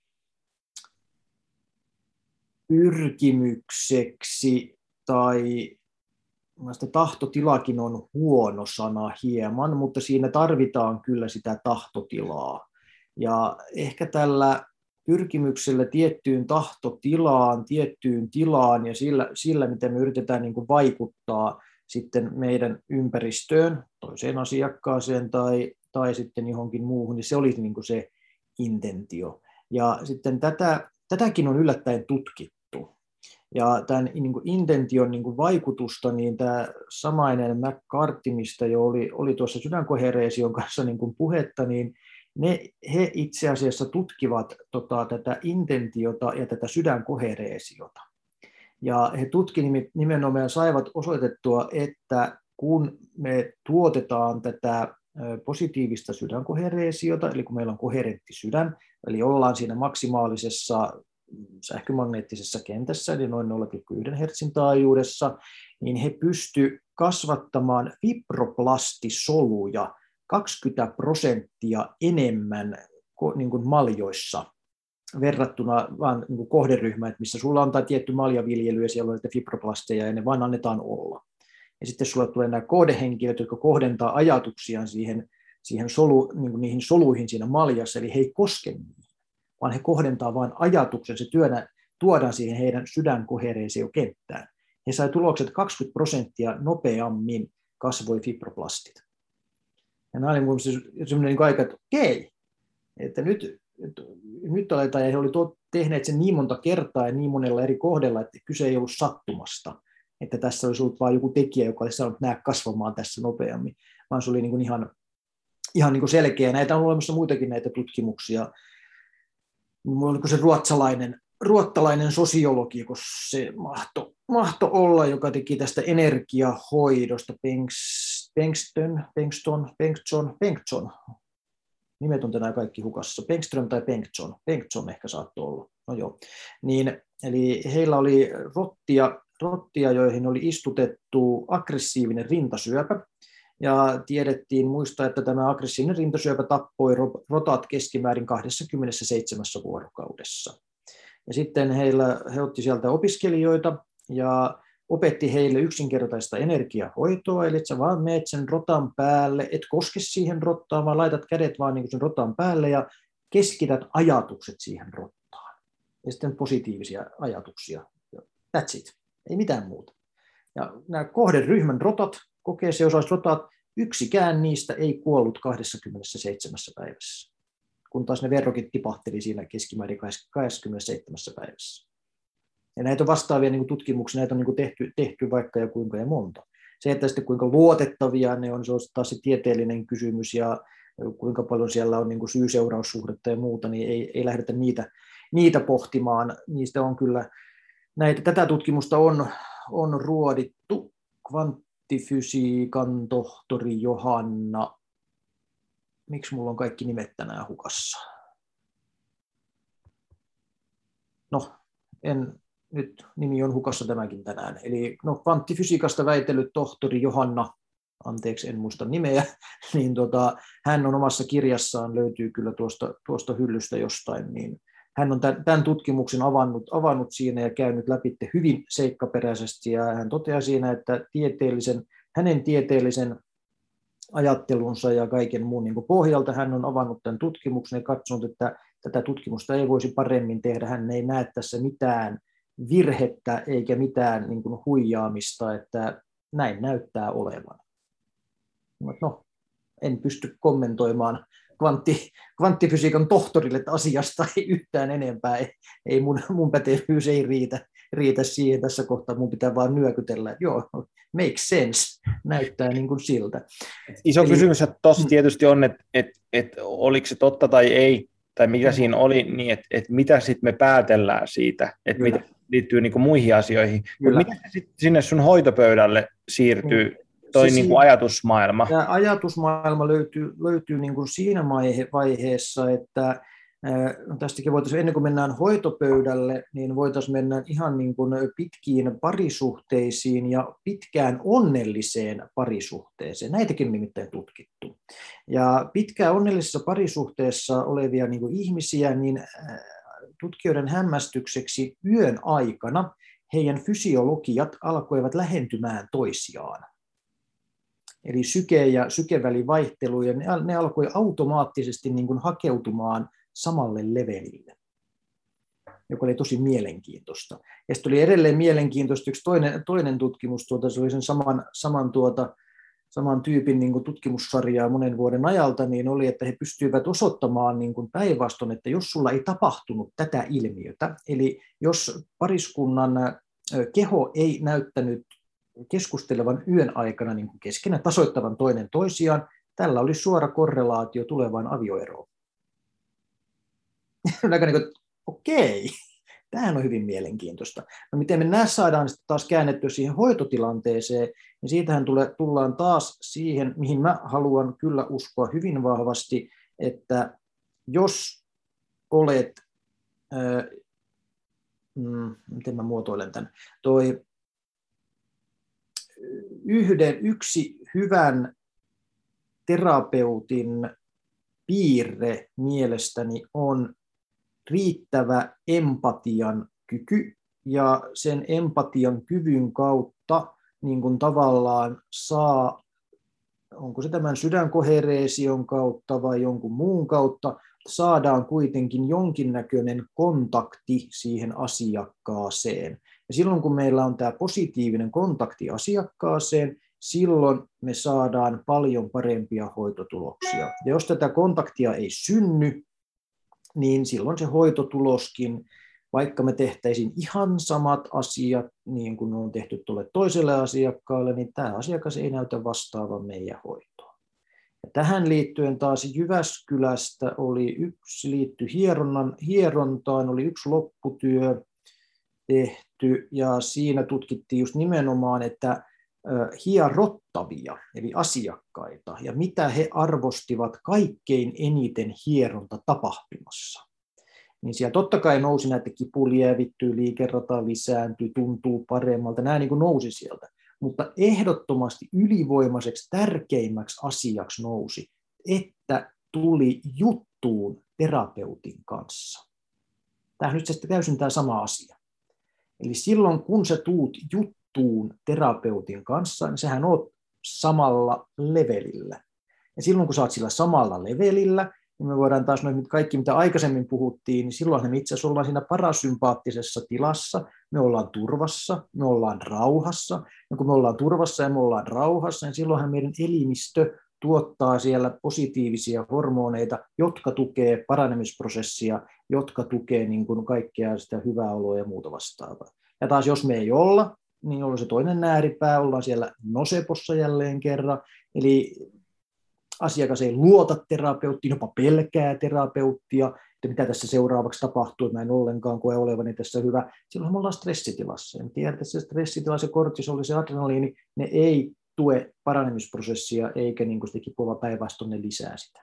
pyrkimykseksi, tai tahtotilakin on huono sana hieman, mutta siinä tarvitaan kyllä sitä tahtotilaa. Ja ehkä tällä pyrkimyksellä tiettyyn tahtotilaan, tiettyyn tilaan ja sillä, sillä miten me yritetään niin kuin vaikuttaa sitten meidän ympäristöön, toiseen asiakkaaseen tai, tai sitten johonkin muuhun, niin se olisi niin kuin se intentio. Ja sitten tätä, tätäkin on yllättäen tutkittu. Ja tämän niin kuin intention niin kuin vaikutusta, niin tämä samainen McCarthy, mistä jo oli, oli tuossa sydänkohereesion kanssa niin kuin puhetta, niin ne, he itse asiassa tutkivat tota, tätä intentiota ja tätä sydänkohereesiota. Ja he tutkivat nimenomaan saivat osoitettua, että kun me tuotetaan tätä positiivista sydänkohereesiota, eli kun meillä on koherentti sydän, eli ollaan siinä maksimaalisessa sähkömagneettisessa kentässä, eli noin nolla pilkku yksi hertsin taajuudessa, niin he pystyivät kasvattamaan fibroplastisoluja kaksikymmentä prosenttia enemmän niin kuin maljoissa verrattuna vaan niin kuin kohderyhmään, missä sulla on tämä tietty maljaviljely ja siellä on näitä fibroplasteja ja ne vaan annetaan olla. Ja sitten sulla tulee nämä kohdehenkilöt, jotka kohdentaa ajatuksiaan siihen, siihen solu, niin kuin niihin soluihin siinä maljassa, eli he ei koske niihin, vaan he kohdentaa vain ajatuksen, se työnä, tuodaan siihen heidän sydänkohereesiokenttään. He sai tulokset kaksikymmentä prosenttia nopeammin kasvoi fibroplastit. Ja nämä oli mun sellainen niin aika, että okei, että nyt, nyt aletaan, ja he olivat tehneet sen niin monta kertaa ja niin monella eri kohdalla, että kyse ei ollut sattumasta, että tässä olisi ollut vain joku tekijä, joka olisi saanut nämä kasvamaan tässä nopeammin, vaan se oli niin kuin ihan, ihan niin kuin selkeä. Näitä on olemassa muitakin näitä tutkimuksia. Oliko se ruotsalainen, ruottalainen sosiologi, kun se mahtoi mahto olla, joka teki tästä energiahoidosta, Bengtsson, Bengtsson, Bengtsson, Bengtsson. Nimet on tänään kaikki hukassa. Bengström tai Bengtsson. Bengtsson ehkä saattoi olla. No joo. Niin, eli heillä oli rottia, rottia, joihin oli istutettu aggressiivinen rintasyöpä. Ja tiedettiin muistaa, että tämä aggressiivinen rintasyöpä tappoi rotat keskimäärin kaksikymmentäseitsemän vuorokaudessa. Ja sitten heillä, he otti sieltä opiskelijoita ja opetti heille yksinkertaista energiahoitoa, eli sä vaan meet sen rotan päälle, et koske siihen rottaan, vaan laitat kädet vaan niin sen rotan päälle ja keskität ajatukset siihen rottaan. Ja sitten positiivisia ajatuksia. That's it. Ei mitään muuta. Ja nämä kohderyhmän rotat, kokeeseen rotat, yksikään niistä ei kuollut kaksikymmentäseitsemän päivässä, kun taas ne verrokit tipahteli siinä keskimäärin kaksikymmentäseitsemän päivässä. Ja näitä on vastaavia niin kuin tutkimuksia, näitä on niin kuin tehty, tehty vaikka ja kuinka ja monta. Se, että sitten kuinka luotettavia ne on, se on taas se tieteellinen kysymys, ja kuinka paljon siellä on niin kuin syy-seuraussuhdetta ja muuta, niin ei, ei lähdetä niitä, niitä pohtimaan. Niistä on kyllä, näitä, tätä tutkimusta on, on ruodittu. Kvanttifysiikan tohtori Johanna, miksi mulla on kaikki nimet tänään hukassa? No, en... Nyt nimi on hukassa tämäkin tänään. Eli no, kvanttifysiikasta väitellyt tohtori Johanna, anteeksi en muista nimeä, niin tota, hän on omassa kirjassaan, löytyy kyllä tuosta, tuosta hyllystä jostain, niin hän on tämän tutkimuksen avannut, avannut siinä ja käynyt läpi hyvin seikkaperäisesti, ja hän toteaa siinä, että tieteellisen, hänen tieteellisen ajattelunsa ja kaiken muun niin kuin pohjalta hän on avannut tämän tutkimuksen ja katsonut, että tätä tutkimusta ei voisi paremmin tehdä, hän ei näe tässä mitään virhettä eikä mitään niin kuin huijaamista, että näin näyttää olevan. No, en pysty kommentoimaan kvantti, kvanttifysiikan tohtorille asiasta ei yhtään enempää. Ei, ei mun, mun pätevyys ei riitä, riitä siihen tässä kohtaa, mun pitää vaan nyökytellä. Joo, makes sense, näyttää niin kuin siltä.
Iso
Eli,
kysymys tuossa tietysti on, että et, et, oliko se totta tai ei, tai mikä siinä oli, niin että et mitä sitten me päätellään siitä, että mitä liittyy niinku muihin asioihin. Mutta mitä sitten sinne sun hoitopöydälle siirtyy, toi niinku siinä, ajatusmaailma?
Tämä ajatusmaailma löytyy, löytyy niinku siinä vaiheessa, että no tästäkin voitaisiin, ennen kuin mennään hoitopöydälle, niin voitaisiin mennä ihan niin kuin pitkiin parisuhteisiin ja pitkään onnelliseen parisuhteeseen. Näitäkin on nimittäin tutkittu. Ja pitkään onnellisessa parisuhteessa olevia niin kuin ihmisiä, niin tutkijoiden hämmästykseksi yön aikana heidän fysiologiat alkoivat lähentymään toisiaan. Eli syke- ja sykevälivaihtelu, ja ne, ne alkoi automaattisesti niin kuin hakeutumaan samalle levelille, joka oli tosi mielenkiintoista. Ja sitten oli edelleen mielenkiintoista yksi toinen, toinen tutkimus, tuota, se oli sen saman, saman, tuota, saman tyypin niin kuin tutkimussarjaa monen vuoden ajalta, niin oli, että he pystyivät osoittamaan niin kuin päinvastoin, että jos sulla ei tapahtunut tätä ilmiötä, eli jos pariskunnan keho ei näyttänyt keskustelevan yön aikana niin kuin keskenään, tasoittavan toinen toisiaan, tällä oli suora korrelaatio tulevaan avioeroon. Okei, tämähän on hyvin mielenkiintoista. No miten me nämä saadaan taas käännettyä siihen hoitotilanteeseen, niin siitähän tule, tullaan taas siihen, mihin mä haluan kyllä uskoa hyvin vahvasti, että jos olet, äh, mm, miten mä muotoilen tämän, toi yhden, yksi hyvän terapeutin piirre mielestäni on riittävä empatian kyky, ja sen empatian kyvyn kautta niin kuin tavallaan saa, onko se tämän sydänkohereesion kautta vai jonkun muun kautta, saadaan kuitenkin jonkinnäköinen kontakti siihen asiakkaaseen. Ja silloin kun meillä on tämä positiivinen kontakti asiakkaaseen, silloin me saadaan paljon parempia hoitotuloksia. Ja jos tätä kontaktia ei synny, niin silloin se hoitotuloskin vaikka me tehtäisiin ihan samat asiat niin kuin on tehty tuolle toiselle asiakkaalle, niin tämä asiakas ei näytä vastaavan meidän hoitoon. Ja tähän liittyen taas Jyväskylästä oli yksi, liittyi hieronnan, hierontaan, oli yksi lopputyö tehty, ja siinä tutkittiin just nimenomaan, että hierottavia, eli asiakkaita, ja mitä he arvostivat kaikkein eniten hieronta tapahtumassa. Niin siellä totta kai nousi näitä kipu lievittyy, liikerata lisääntyy, tuntuu paremmalta, nämä niin kuin nousi sieltä. Mutta ehdottomasti ylivoimaiseksi tärkeimmäksi asiaksi nousi, että tuli juttuun terapeutin kanssa. Tämä on nyt sitten täysin tämä sama asia. Eli silloin kun sä tuut juttuun terapeutin kanssa, niin sähän oot samalla levelillä. Ja silloin kun sä oot sillä samalla levelillä, niin me voidaan taas noin kaikki, mitä aikaisemmin puhuttiin, niin silloin me itse asiassa ollaan siinä parasympaattisessa tilassa, me ollaan turvassa, me ollaan rauhassa, ja kun me ollaan turvassa ja me ollaan rauhassa, niin silloinhan meidän elimistö tuottaa siellä positiivisia hormoneita, jotka tukee paranemisprosessia, jotka tukee niin kuin kaikkea sitä hyvää oloa ja muuta vastaavaa. Ja taas jos me ei olla, niin on se toinen ääripää, ollaan siellä nosepossa jälleen kerran, eli asiakas ei luota terapeuttiin, jopa pelkää terapeuttia, että mitä tässä seuraavaksi tapahtuu, että mä en ollenkaan koe olevani tässä hyvä. Silloin me ollaan stressitilassa. Ja tiedät, että se stressitila, se kortisoli, se adrenaliini, ne ei tue paranemisprosessia, eikä niin kuin sitä kipua päinvastoin, ne lisää sitä.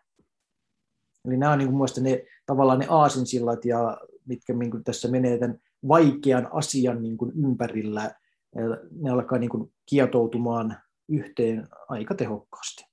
Eli nämä on niin kuin muista ne, tavallaan ne aasinsillat, ja mitkä niin kuin tässä menee tämän vaikean asian niin kuin ympärillä, ne alkaa niin kuin kietoutumaan yhteen aika tehokkaasti.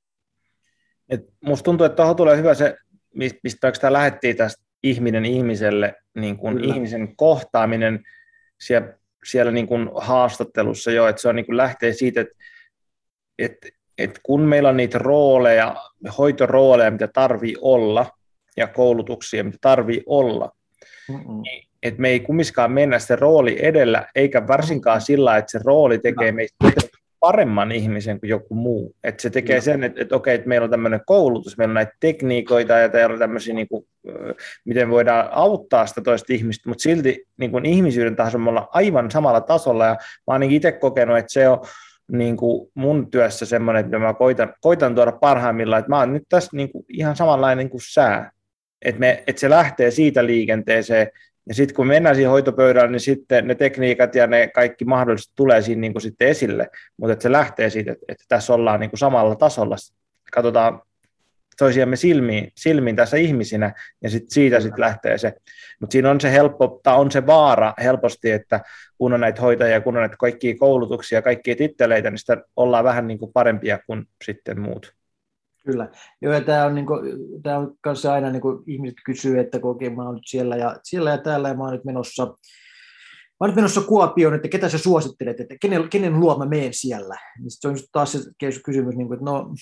Et musta tuntuu, että tuohon tulee hyvä se, mistä oikeastaan lähdettiin tästä ihminen ihmiselle, niin kuin ihmisen kohtaaminen siellä, siellä niin kuin haastattelussa jo, että se on niin kuin lähtee siitä, että, että, että kun meillä on niitä rooleja, hoitorooleja, mitä tarvii olla, ja koulutuksia, mitä tarvii olla, mm-mm. niin että me ei kumminkaan mennä se rooli edellä, eikä varsinkaan sillä, että se rooli tekee meistä paremman ihmisen kuin joku muu. Että se tekee sen, että, että okei, että meillä on tämmöinen koulutus, meillä on näitä tekniikoita ja täällä on tämmöisiä, niin kuin, miten voidaan auttaa sitä toista ihmistä, mutta silti niin kuin ihmisyyden tasolla me ollaan aivan samalla tasolla, ja mä oon itse kokenut, että se on niin kuin mun työssä semmoinen, että mä koitan, koitan tuoda parhaimmillaan, että mä oon nyt tässä niin kuin ihan samanlainen kuin sä. Että, me, että se lähtee siitä liikenteeseen, ja sitten kun mennään siihen hoitopöydälle, niin sitten ne tekniikat ja ne kaikki mahdolliset tulee siinä niin kuin sitten esille, mutta että se lähtee siitä, että, että tässä ollaan niin kuin samalla tasolla. Katsotaan toisiamme silmiin, silmiin tässä ihmisinä, ja sitten siitä sitten lähtee se. Mutta siinä on se helppo, tai on se vaara helposti, että kun on näitä hoitajia, kun on näitä kaikkia koulutuksia, kaikkia titteleitä, niin sitten ollaan vähän niin kuin parempia kuin sitten muut.
Kyllä. Joo, ja tämä on, niin kuin, tämä on kanssa aina, niin kuin ihmiset kysyy, että kun okay, mä oon nyt siellä ja, siellä ja täällä, ja mä oon nyt menossa, mä oon nyt menossa Kuopioon, että ketä sä suosittelet, että kenen, kenen luo mä meen siellä. Niin se on taas se kysymys, niin kuin, että no,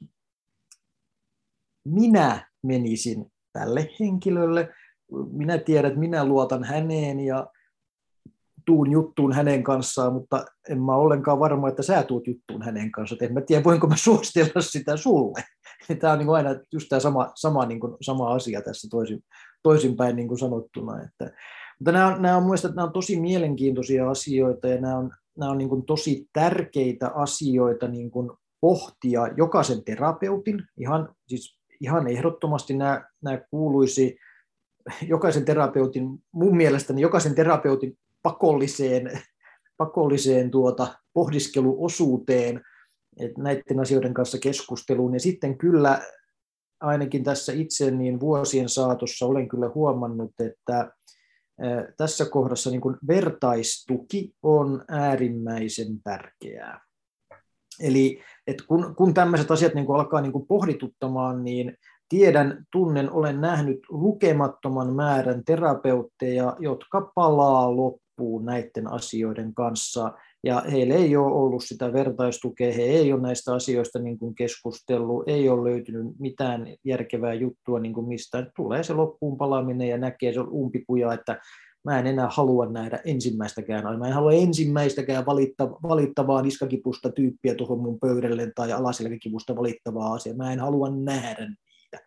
minä menisin tälle henkilölle, minä tiedän, että minä luotan häneen ja tuun juttuun hänen kanssaan, mutta en mä ollenkaan varma, että sä tuut juttuun hänen kanssaan. En mä tiedä, voinko mä suositella sitä sulle. Tämä on niin kuin aina just tämä sama, sama, niin kuin, sama asia tässä toisin, toisinpäin niin kuin sanottuna. Että, mutta nämä on, nämä on mielestäni, että nämä on tosi mielenkiintoisia asioita, ja nämä on, nämä on niin kuin tosi tärkeitä asioita niin kuin pohtia jokaisen terapeutin. Ihan, siis ihan ehdottomasti nämä, nämä kuuluisi jokaisen terapeutin, mun mielestäni jokaisen terapeutin pakolliseen, pakolliseen tuota pohdiskeluosuuteen, että näiden asioiden kanssa keskusteluun. Ja sitten kyllä ainakin tässä itse niin vuosien saatossa olen kyllä huomannut, että tässä kohdassa niin kuin vertaistuki on äärimmäisen tärkeää. Eli että kun, kun tämmöiset asiat niin kuin alkaa niin kuin pohdituttamaan, niin tiedän, tunnen, olen nähnyt lukemattoman määrän terapeutteja, jotka palaa loppuun näiden asioiden kanssa, ja heillä ei ole ollut sitä vertaistukea, he ei ole näistä asioista niin kuin keskustellut, ei ole löytynyt mitään järkevää juttua niin kuin mistään. Tulee se loppuun palaaminen ja näkee se umpikuja, että mä en enää halua nähdä ensimmäistäkään, mä en halua ensimmäistäkään valittavaa, valittavaa niskakipusta tyyppiä tuohon mun pöydälle tai alaselkäkipusta valittavaa asiaa, mä en halua nähdä niitä.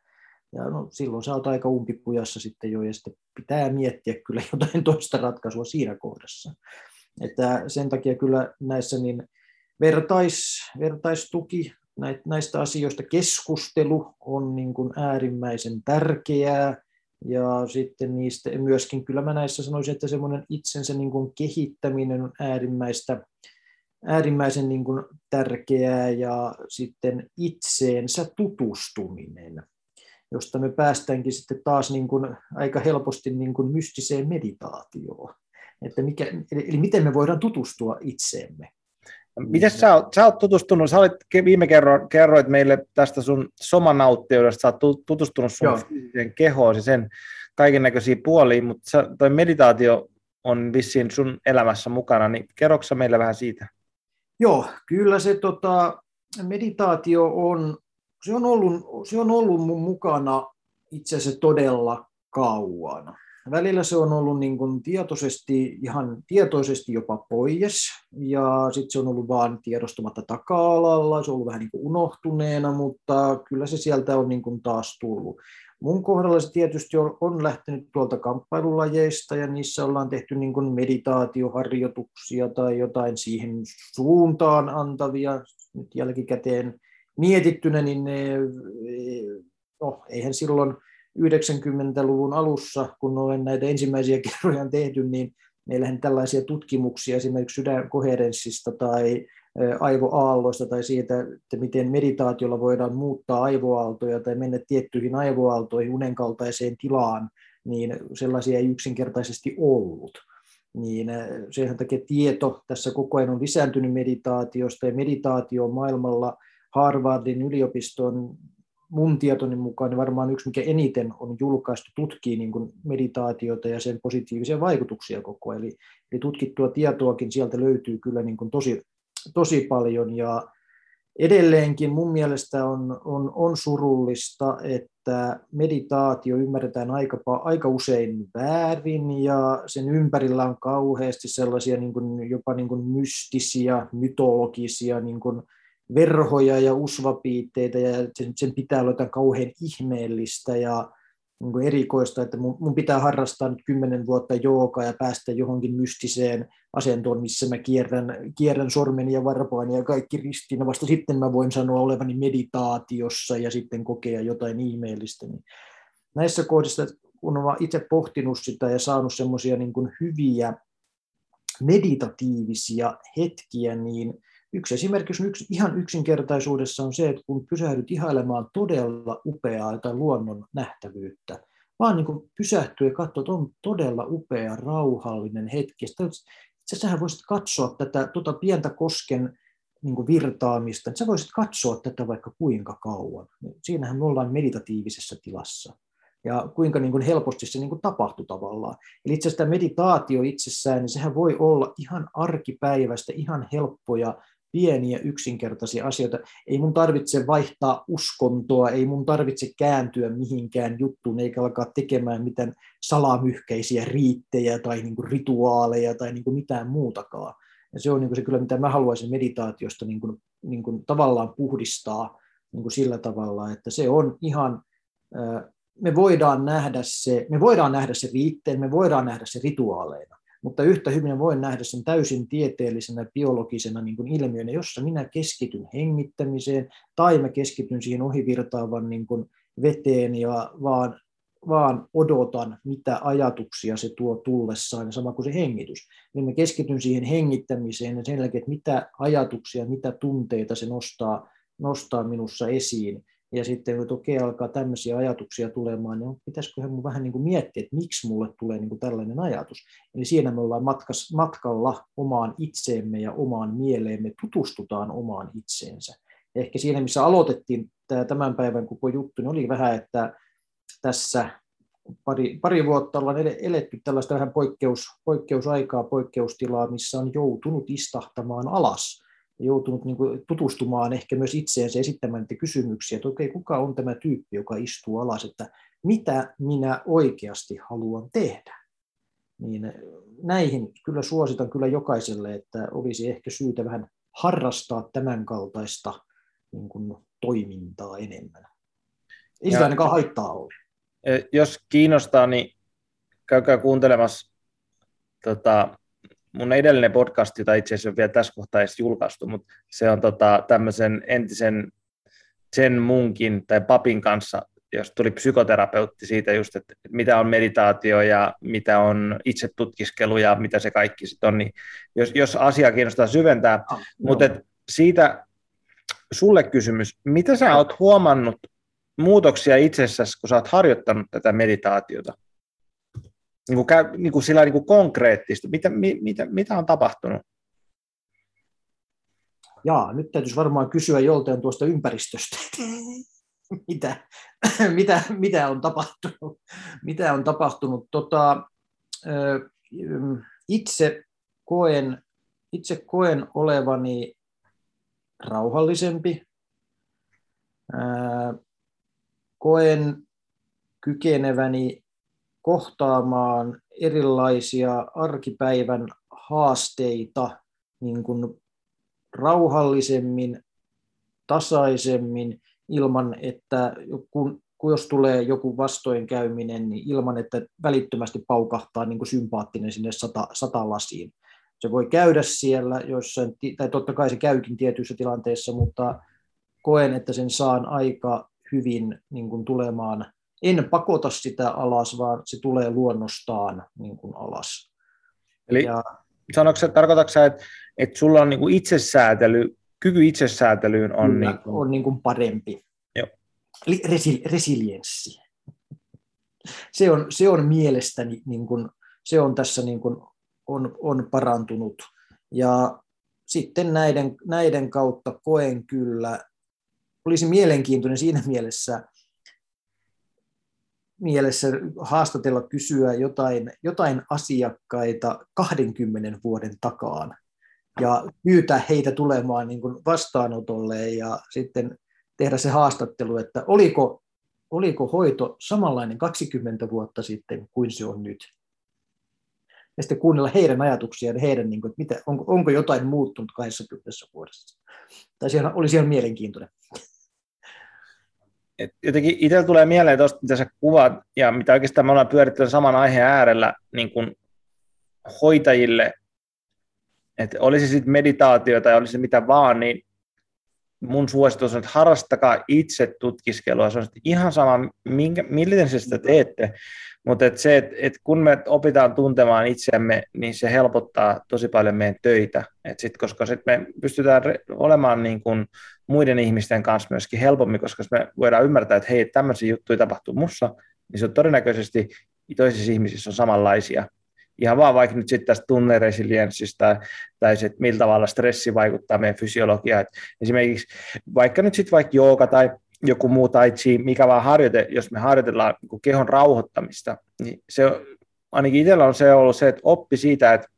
Ja no, silloin sä oot aika umpikujassa sitten jo, ja sitten pitää miettiä kyllä jotain toista ratkaisua siinä kohdassa. Että sen takia kyllä näissä niin vertais, vertaistuki, näistä asioista keskustelu on niin kuin äärimmäisen tärkeää, ja sitten niistä myöskin kyllä mä näissä sanoisin, että semmoinen itsensä niin kuin kehittäminen on äärimmäistä, äärimmäisen niin kuin tärkeää, ja sitten itseensä tutustuminen, josta me päästäänkin sitten taas niin kuin aika helposti niin kuin mystiseen meditaatioon. Että mikä, eli miten me voidaan tutustua itseemme.
Miten sä oot, sä oot tutustunut, sä olit viime kerran, kerroit meille tästä sun somanauttioudesta, sä oot tutustunut sun fyysiseen kehoon ja sen kaiken näköisiä puoliin, mutta toi meditaatio on vissiin sun elämässä mukana, niin kerroksä meille vähän siitä?
Joo, kyllä se tota, meditaatio on, se on ollut, se on ollut mun mukana itse asiassa todella kauan. Välillä se on ollut niin kuin tietoisesti, ihan tietoisesti jopa pois, ja sitten se on ollut vaan tiedostamatta taka-alalla, se on ollut vähän niin kuin unohtuneena, mutta kyllä se sieltä on niin kuin taas tullut. Mun kohdalla se tietysti on, on lähtenyt tuolta kamppailulajeista, ja niissä ollaan tehty niin kuin meditaatioharjoituksia tai jotain siihen suuntaan antavia, nyt jälkikäteen mietittynä, niin ne, no, eihän silloin yhdeksänkymmentäluvun alussa, kun olen näitä ensimmäisiä kerroja tehty, niin meillähän tällaisia tutkimuksia esimerkiksi sydänkoherenssista tai aivoaalloista tai siitä, että miten meditaatiolla voidaan muuttaa aivoaaltoja tai mennä tiettyihin aivoaaltoihin unen kaltaiseen tilaan, niin sellaisia ei yksinkertaisesti ollut. Niin sen takia tieto tässä koko ajan on lisääntynyt meditaatiosta, ja meditaatio on maailmalla Harvardin yliopiston mun tietoni mukaan niin varmaan yksi, mikä eniten on julkaistu, tutkii niin kuin meditaatiota ja sen positiivisia vaikutuksia koko ajan. Eli, eli tutkittua tietoakin sieltä löytyy kyllä niin kuin tosi, tosi paljon. Ja edelleenkin mun mielestä on, on, on surullista, että meditaatio ymmärretään aika, aika usein väärin, ja sen ympärillä on kauheasti sellaisia niin kuin, jopa niin kuin mystisiä, mytologisia niin kuin verhoja ja usvapiitteitä, ja sen, sen pitää olla jotain kauhean ihmeellistä ja niin kuin erikoista, että mun, mun pitää harrastaa nyt kymmenen vuotta joogaa ja päästä johonkin mystiseen asentoon, missä mä kierrän, kierrän sormeni ja varpaani ja kaikki ristiin, vasta sitten mä voin sanoa olevani meditaatiossa ja sitten kokea jotain ihmeellistä. Niin näissä kohdissa, kun olen itse pohtinut sitä ja saanut semmoisia niin kuin hyviä meditatiivisia hetkiä, niin yksi esimerkiksi yksi, ihan yksinkertaisuudessa on se, että kun pysähdyt ihailemaan todella upeaa jotain luonnon nähtävyyttä, vaan niin kuin pysähtyy ja katsoo, että on todella upea, rauhallinen hetki. Sitten sähän voisit katsoa tätä tuota pientä kosken niin kuin virtaamista, sä voisit katsoa tätä vaikka kuinka kauan. Siinähän me ollaan meditatiivisessa tilassa. Ja kuinka niin kuin helposti se niin kuin tapahtui tavallaan. Eli itse asiassa tämä meditaatio itsessään, niin sehän voi olla ihan arkipäiväistä, ihan helppoja, pieniä yksinkertaisia asioita. Ei mun tarvitse vaihtaa uskontoa, ei mun tarvitse kääntyä mihinkään juttuun, eikä alkaa tekemään mitään salamyhkäisiä riittejä tai niin kuin rituaaleja tai niin kuin mitään muutakaan. Ja se on niin kuin se kyllä, mitä mä haluaisin meditaatiosta niin kuin, niin kuin tavallaan puhdistaa niin kuin sillä tavalla, että se on ihan... Me voidaan nähdä se, me voidaan nähdä se riitteen, me voidaan nähdä se rituaaleina, mutta yhtä hyvin voin nähdä sen täysin tieteellisenä, biologisena niin kuin ilmiönä, jossa minä keskityn hengittämiseen tai mä keskityn siihen ohivirtaavan niin kuin veteen ja vaan, vaan odotan, mitä ajatuksia se tuo tullessaan, sama kuin se hengitys. Niin mä keskityn siihen hengittämiseen ja sen jälkeen, että mitä ajatuksia, mitä tunteita se nostaa, nostaa minussa esiin. Ja sitten kun okei, alkaa tämmöisiä ajatuksia tulemaan, niin pitäisiköhän mun vähän niin kuin miettiä, että miksi mulle tulee niin kuin tällainen ajatus. Eli siinä me ollaan matkas, matkalla omaan itseemme ja omaan mieleemme, tutustutaan omaan itseensä. Ja ehkä siinä, missä aloitettiin tämä tämän päivän koko juttu, niin oli vähän, että tässä pari, pari vuotta ollaan eletty tällaista vähän poikkeus, poikkeusaikaa, poikkeustilaa, missä on joutunut istahtamaan alas. Joutunut niin kuin tutustumaan ehkä myös itseensä, esittämään niitä kysymyksiä, että okei, kuka on tämä tyyppi, joka istuu alas, että mitä minä oikeasti haluan tehdä. Niin näihin kyllä suositan kyllä jokaiselle, että olisi ehkä syytä vähän harrastaa tämän kaltaista niin kuin toimintaa enemmän. Ei sitä ainakaan haittaa ole.
Jos kiinnostaa, niin käykää kuuntelemassa tota, mun edellinen podcast, jota itse asiassa on vielä tässä kohtaa edes julkaistu, mutta se on tota, tämmöisen entisen Zen munkin tai papin kanssa, jos tuli psykoterapeutti siitä just, että mitä on meditaatio ja mitä on itsetutkiskelu ja mitä se kaikki sitten on, niin jos, jos asiaa kiinnostaa syventää, ah, mutta et siitä sulle kysymys, mitä sä oot huomannut muutoksia itsessäsi, kun sä oot harjoittanut tätä meditaatiota? Niin kuin, niin kuin sillä niin kuin konkreettista, mitä, mitä, mitä on tapahtunut?
Jaa, nyt täytyisi varmaan kysyä joltain tuosta ympäristöstä. mitä, mitä, mitä on tapahtunut? Mitä on tapahtunut? Tota, itse, koen, itse koen olevani rauhallisempi. Koen kykeneväni kohtaamaan erilaisia arkipäivän haasteita niin kuin rauhallisemmin, tasaisemmin, ilman että kun, kun jos tulee joku vastoinkäyminen, niin ilman että välittömästi paukahtaa niin kuin sympaattinen sinne sata, satalasiin. Se voi käydä siellä jossain, tai totta kai se käykin tietyissä tilanteissa, mutta koen, että sen saan aika hyvin niin kuin tulemaan. En pakota sitä alas, vaan se tulee luonnostaan niin kuin alas.
Eli ja, sanoitko, tarkoitatko sä, että, että sulla on niin kuin itsesäätely, kyky itsesäätelyyn on,
kyllä,
niin kuin...
on niin kuin parempi.
Joo.
Eli resi, resilienssi. Se on, se on mielestäni, niin kuin, se on tässä niin kuin, on, on parantunut. Ja sitten näiden, näiden kautta koen kyllä, olisi mielenkiintoinen siinä mielessä, mielessä haastatella, kysyä jotain, jotain asiakkaita kahdenkymmenen vuoden takaan ja pyytää heitä tulemaan niin kuin vastaanotolle ja sitten tehdä se haastattelu, että oliko, oliko hoito samanlainen kaksikymmentä vuotta sitten kuin se on nyt. Ja sitten kuunnella heidän ajatuksiaan ja heidän, niin kuin, että mitä, onko, onko jotain muuttunut kaksikymmentä vuodessa. Tai se olisi ihan mielenkiintoinen.
Et jotenkin itsellä tulee mieleen tuosta, mitä sä kuvaat, ja mitä oikeastaan me ollaan pyörittänyt saman aiheen äärellä niin kuin hoitajille, että olisi sitten meditaatio tai olisi mitä vaan, niin mun suositus on, että harrastakaa itse tutkiskelua. Se on ihan sama, minkä, miten se sitä teette, mutta et se, että et kun me opitaan tuntemaan itseämme, niin se helpottaa tosi paljon meidän töitä, et sit, koska sit me pystytään olemaan niin kuin muiden ihmisten kanssa myöskin helpommin, koska me voidaan ymmärtää, että hei, tämmöisiä juttuja tapahtuu mussa, niin se on todennäköisesti toisissa ihmisissä on samanlaisia. Ihan vaan vaikka nyt sitten tästä tunneresilienssistä tai se, että millä tavalla stressi vaikuttaa meidän fysiologiaan. Et esimerkiksi vaikka nyt sitten vaikka jooga tai joku muu tai chi, mikä vaan harjoite, jos me harjoitellaan niin kehon rauhoittamista, niin se ainakin itsellä on se ollut se, että oppi siitä, että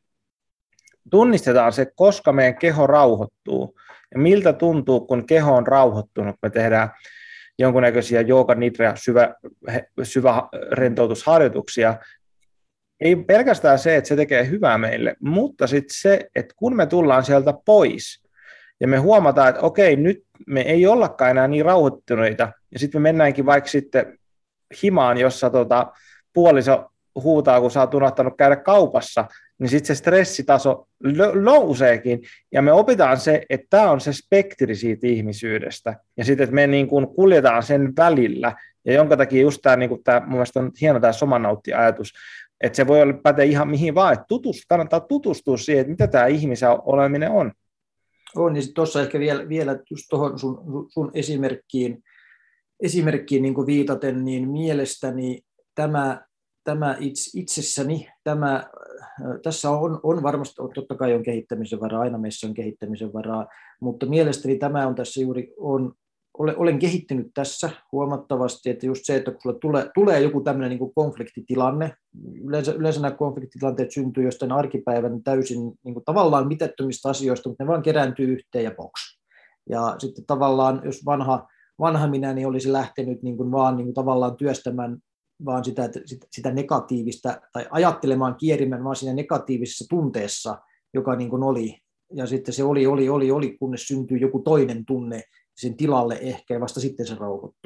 tunnistetaan se, koska meidän keho rauhoittuu ja miltä tuntuu, kun keho on rauhoittunut. Me tehdään jonkunnäköisiä jooga nidra syvä, syvä rentoutusharjoituksia. Ei pelkästään se, että se tekee hyvää meille, mutta sitten se, että kun me tullaan sieltä pois ja me huomataan, että okei, nyt me ei ollakaan enää niin rauhoittuneita, ja sitten me mennäänkin vaikka sitten himaan, jossa tota, puoliso huutaa, kun sä oot unohtanut käydä kaupassa, niin sitten se stressitaso nouseekin, ja me opitaan se, että tämä on se spektri siitä ihmisyydestä, ja sitten, että me niin kuin kuljetaan sen välillä, ja jonka takia just tämä, niin kuin tämä mun mielestä on hieno tämä somanautti-ajatus, että se voi olla päteä ihan mihin vaan, että tutus, kannattaa tutustua siihen, että mitä tämä ihmisen oleminen on.
On, niin tuossa ehkä vielä, vielä just tuohon sun, sun esimerkkiin, esimerkkiin niin kuin viitaten, niin mielestäni tämä, tämä itse, itsessäni, tämä, tässä on, on varmasti, totta kai on kehittämisen varaa, aina meissä on kehittämisen varaa, mutta mielestäni tämä on tässä juuri, on, olen kehittynyt tässä huomattavasti, että just se, että kun sulle tulee, tulee joku tämmöinen niin kuin konfliktitilanne, yleensä, yleensä nämä konfliktitilanteet syntyy jostain arkipäivän täysin niin kuin tavallaan mitättömistä asioista, mutta ne vaan kerääntyy yhteen ja box. Ja sitten tavallaan, jos vanha, vanha minä niin olisi lähtenyt niin kuin vaan niin kuin tavallaan työstämään vaan sitä, sitä negatiivista, tai ajattelemaan, kierimään vaan siinä negatiivisessa tunteessa, joka niin kuin oli, ja sitten se oli, oli, oli, oli, kunnes syntyi joku toinen tunne, sen tilalle ehkä, ja vasta sitten se rauhoittui.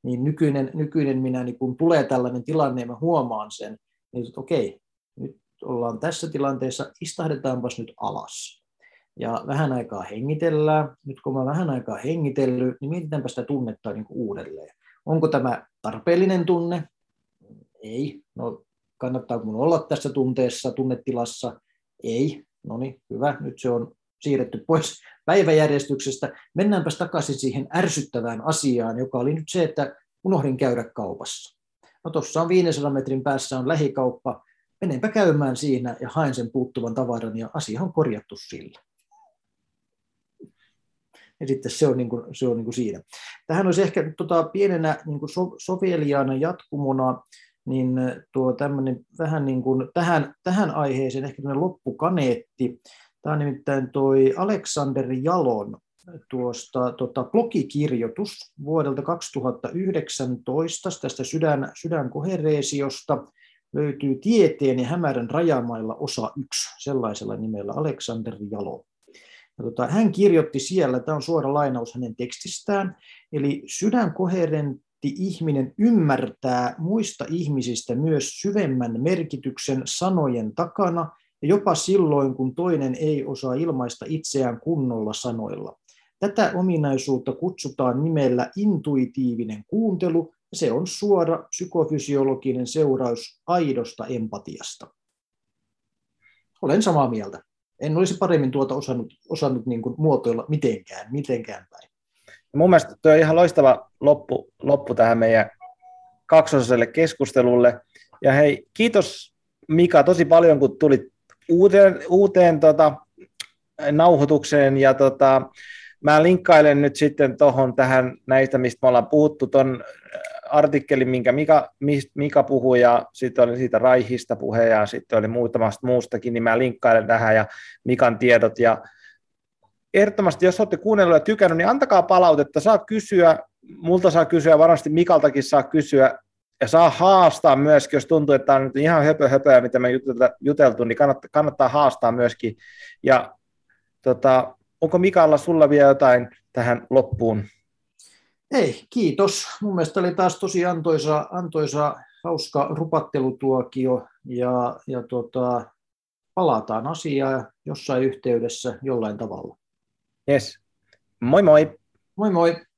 niin nykyinen, nykyinen minä, niin kun tulee tällainen tilanne ja mä huomaan sen, niin että okei, nyt ollaan tässä tilanteessa, istahdetaanpas nyt alas. Ja vähän aikaa hengitellään. Nyt kun mä vähän aikaa hengitellyt, niin mietitäänpä sitä tunnetta niin kuin uudelleen. Onko tämä tarpeellinen tunne? Ei. No, kannattaako mun olla tässä tunteessa, tunnetilassa? Ei. No niin, hyvä. Nyt se on siirretty pois päiväjärjestyksestä. Mennäänpäs takaisin siihen ärsyttävään asiaan, joka oli nyt se, että unohdin käydä kaupassa. No tuossa on viisisataa metrin päässä on lähikauppa. Menenpä käymään siinä ja haen sen puuttuvan tavaran ja asia on korjattu sillä. Ja sitten se on, niin kuin, se on niin kuin siinä. Tähän olisi ehkä tota, pienenä niin kuin so, soveliaana jatkumona, niin tuo tämmöinen vähän niin kuin tähän, tähän aiheeseen ehkä tämmöinen loppukaneetti. Tämä on nimittäin toi Alexander Jalon tuosta tota, blogikirjoitus vuodelta kaksituhattayhdeksäntoista tästä sydän, sydänkohereesiosta. Löytyy Tieteen ja hämärän rajamailla osa yksi, sellaisella nimellä Alexander Jalo. Ja tota, hän kirjoitti siellä, tämä on suora lainaus hänen tekstistään, eli sydänkoherentti ihminen ymmärtää muista ihmisistä myös syvemmän merkityksen sanojen takana, ja jopa silloin, kun toinen ei osaa ilmaista itseään kunnolla sanoilla. Tätä ominaisuutta kutsutaan nimellä intuitiivinen kuuntelu, ja se on suora psykofysiologinen seuraus aidosta empatiasta. Olen samaa mieltä. En olisi paremmin tuota osannut, osannut niin kuin muotoilla mitenkään, mitenkään päin.
Mun mielestä tuo on ihan loistava loppu, loppu tähän meidän kaksosaiselle keskustelulle. Ja hei, kiitos Mika tosi paljon, kun tulit uuteen, uuteen tota, nauhoitukseen. Ja tota, mä linkkailen nyt sitten tuohon tähän näistä, mistä me ollaan puhuttu, ton artikkelin, minkä Mika, Mika puhui, ja sitten oli siitä Raihista puhe, ja sitten oli muutamasta muustakin, niin mä linkkailen tähän, ja Mikan tiedot, ja ehdottomasti, jos olette kuunnellut ja tykännyt, niin antakaa palautetta, saa kysyä, multa saa kysyä, varmasti Mikaltakin saa kysyä, ja saa haastaa myöskin, jos tuntuu, että tämä on nyt ihan höpö höpöä, mitä me juteltu, niin kannattaa, kannattaa haastaa myöskin, ja tota, onko Mikalla sulla vielä jotain tähän loppuun?
Ei, kiitos. Mun mielestä oli taas tosi antoisa, antoisa hauska rupattelutuokio ja, ja tota, palataan asiaan jossain yhteydessä jollain tavalla.
Yes. Moi moi!
Moi moi!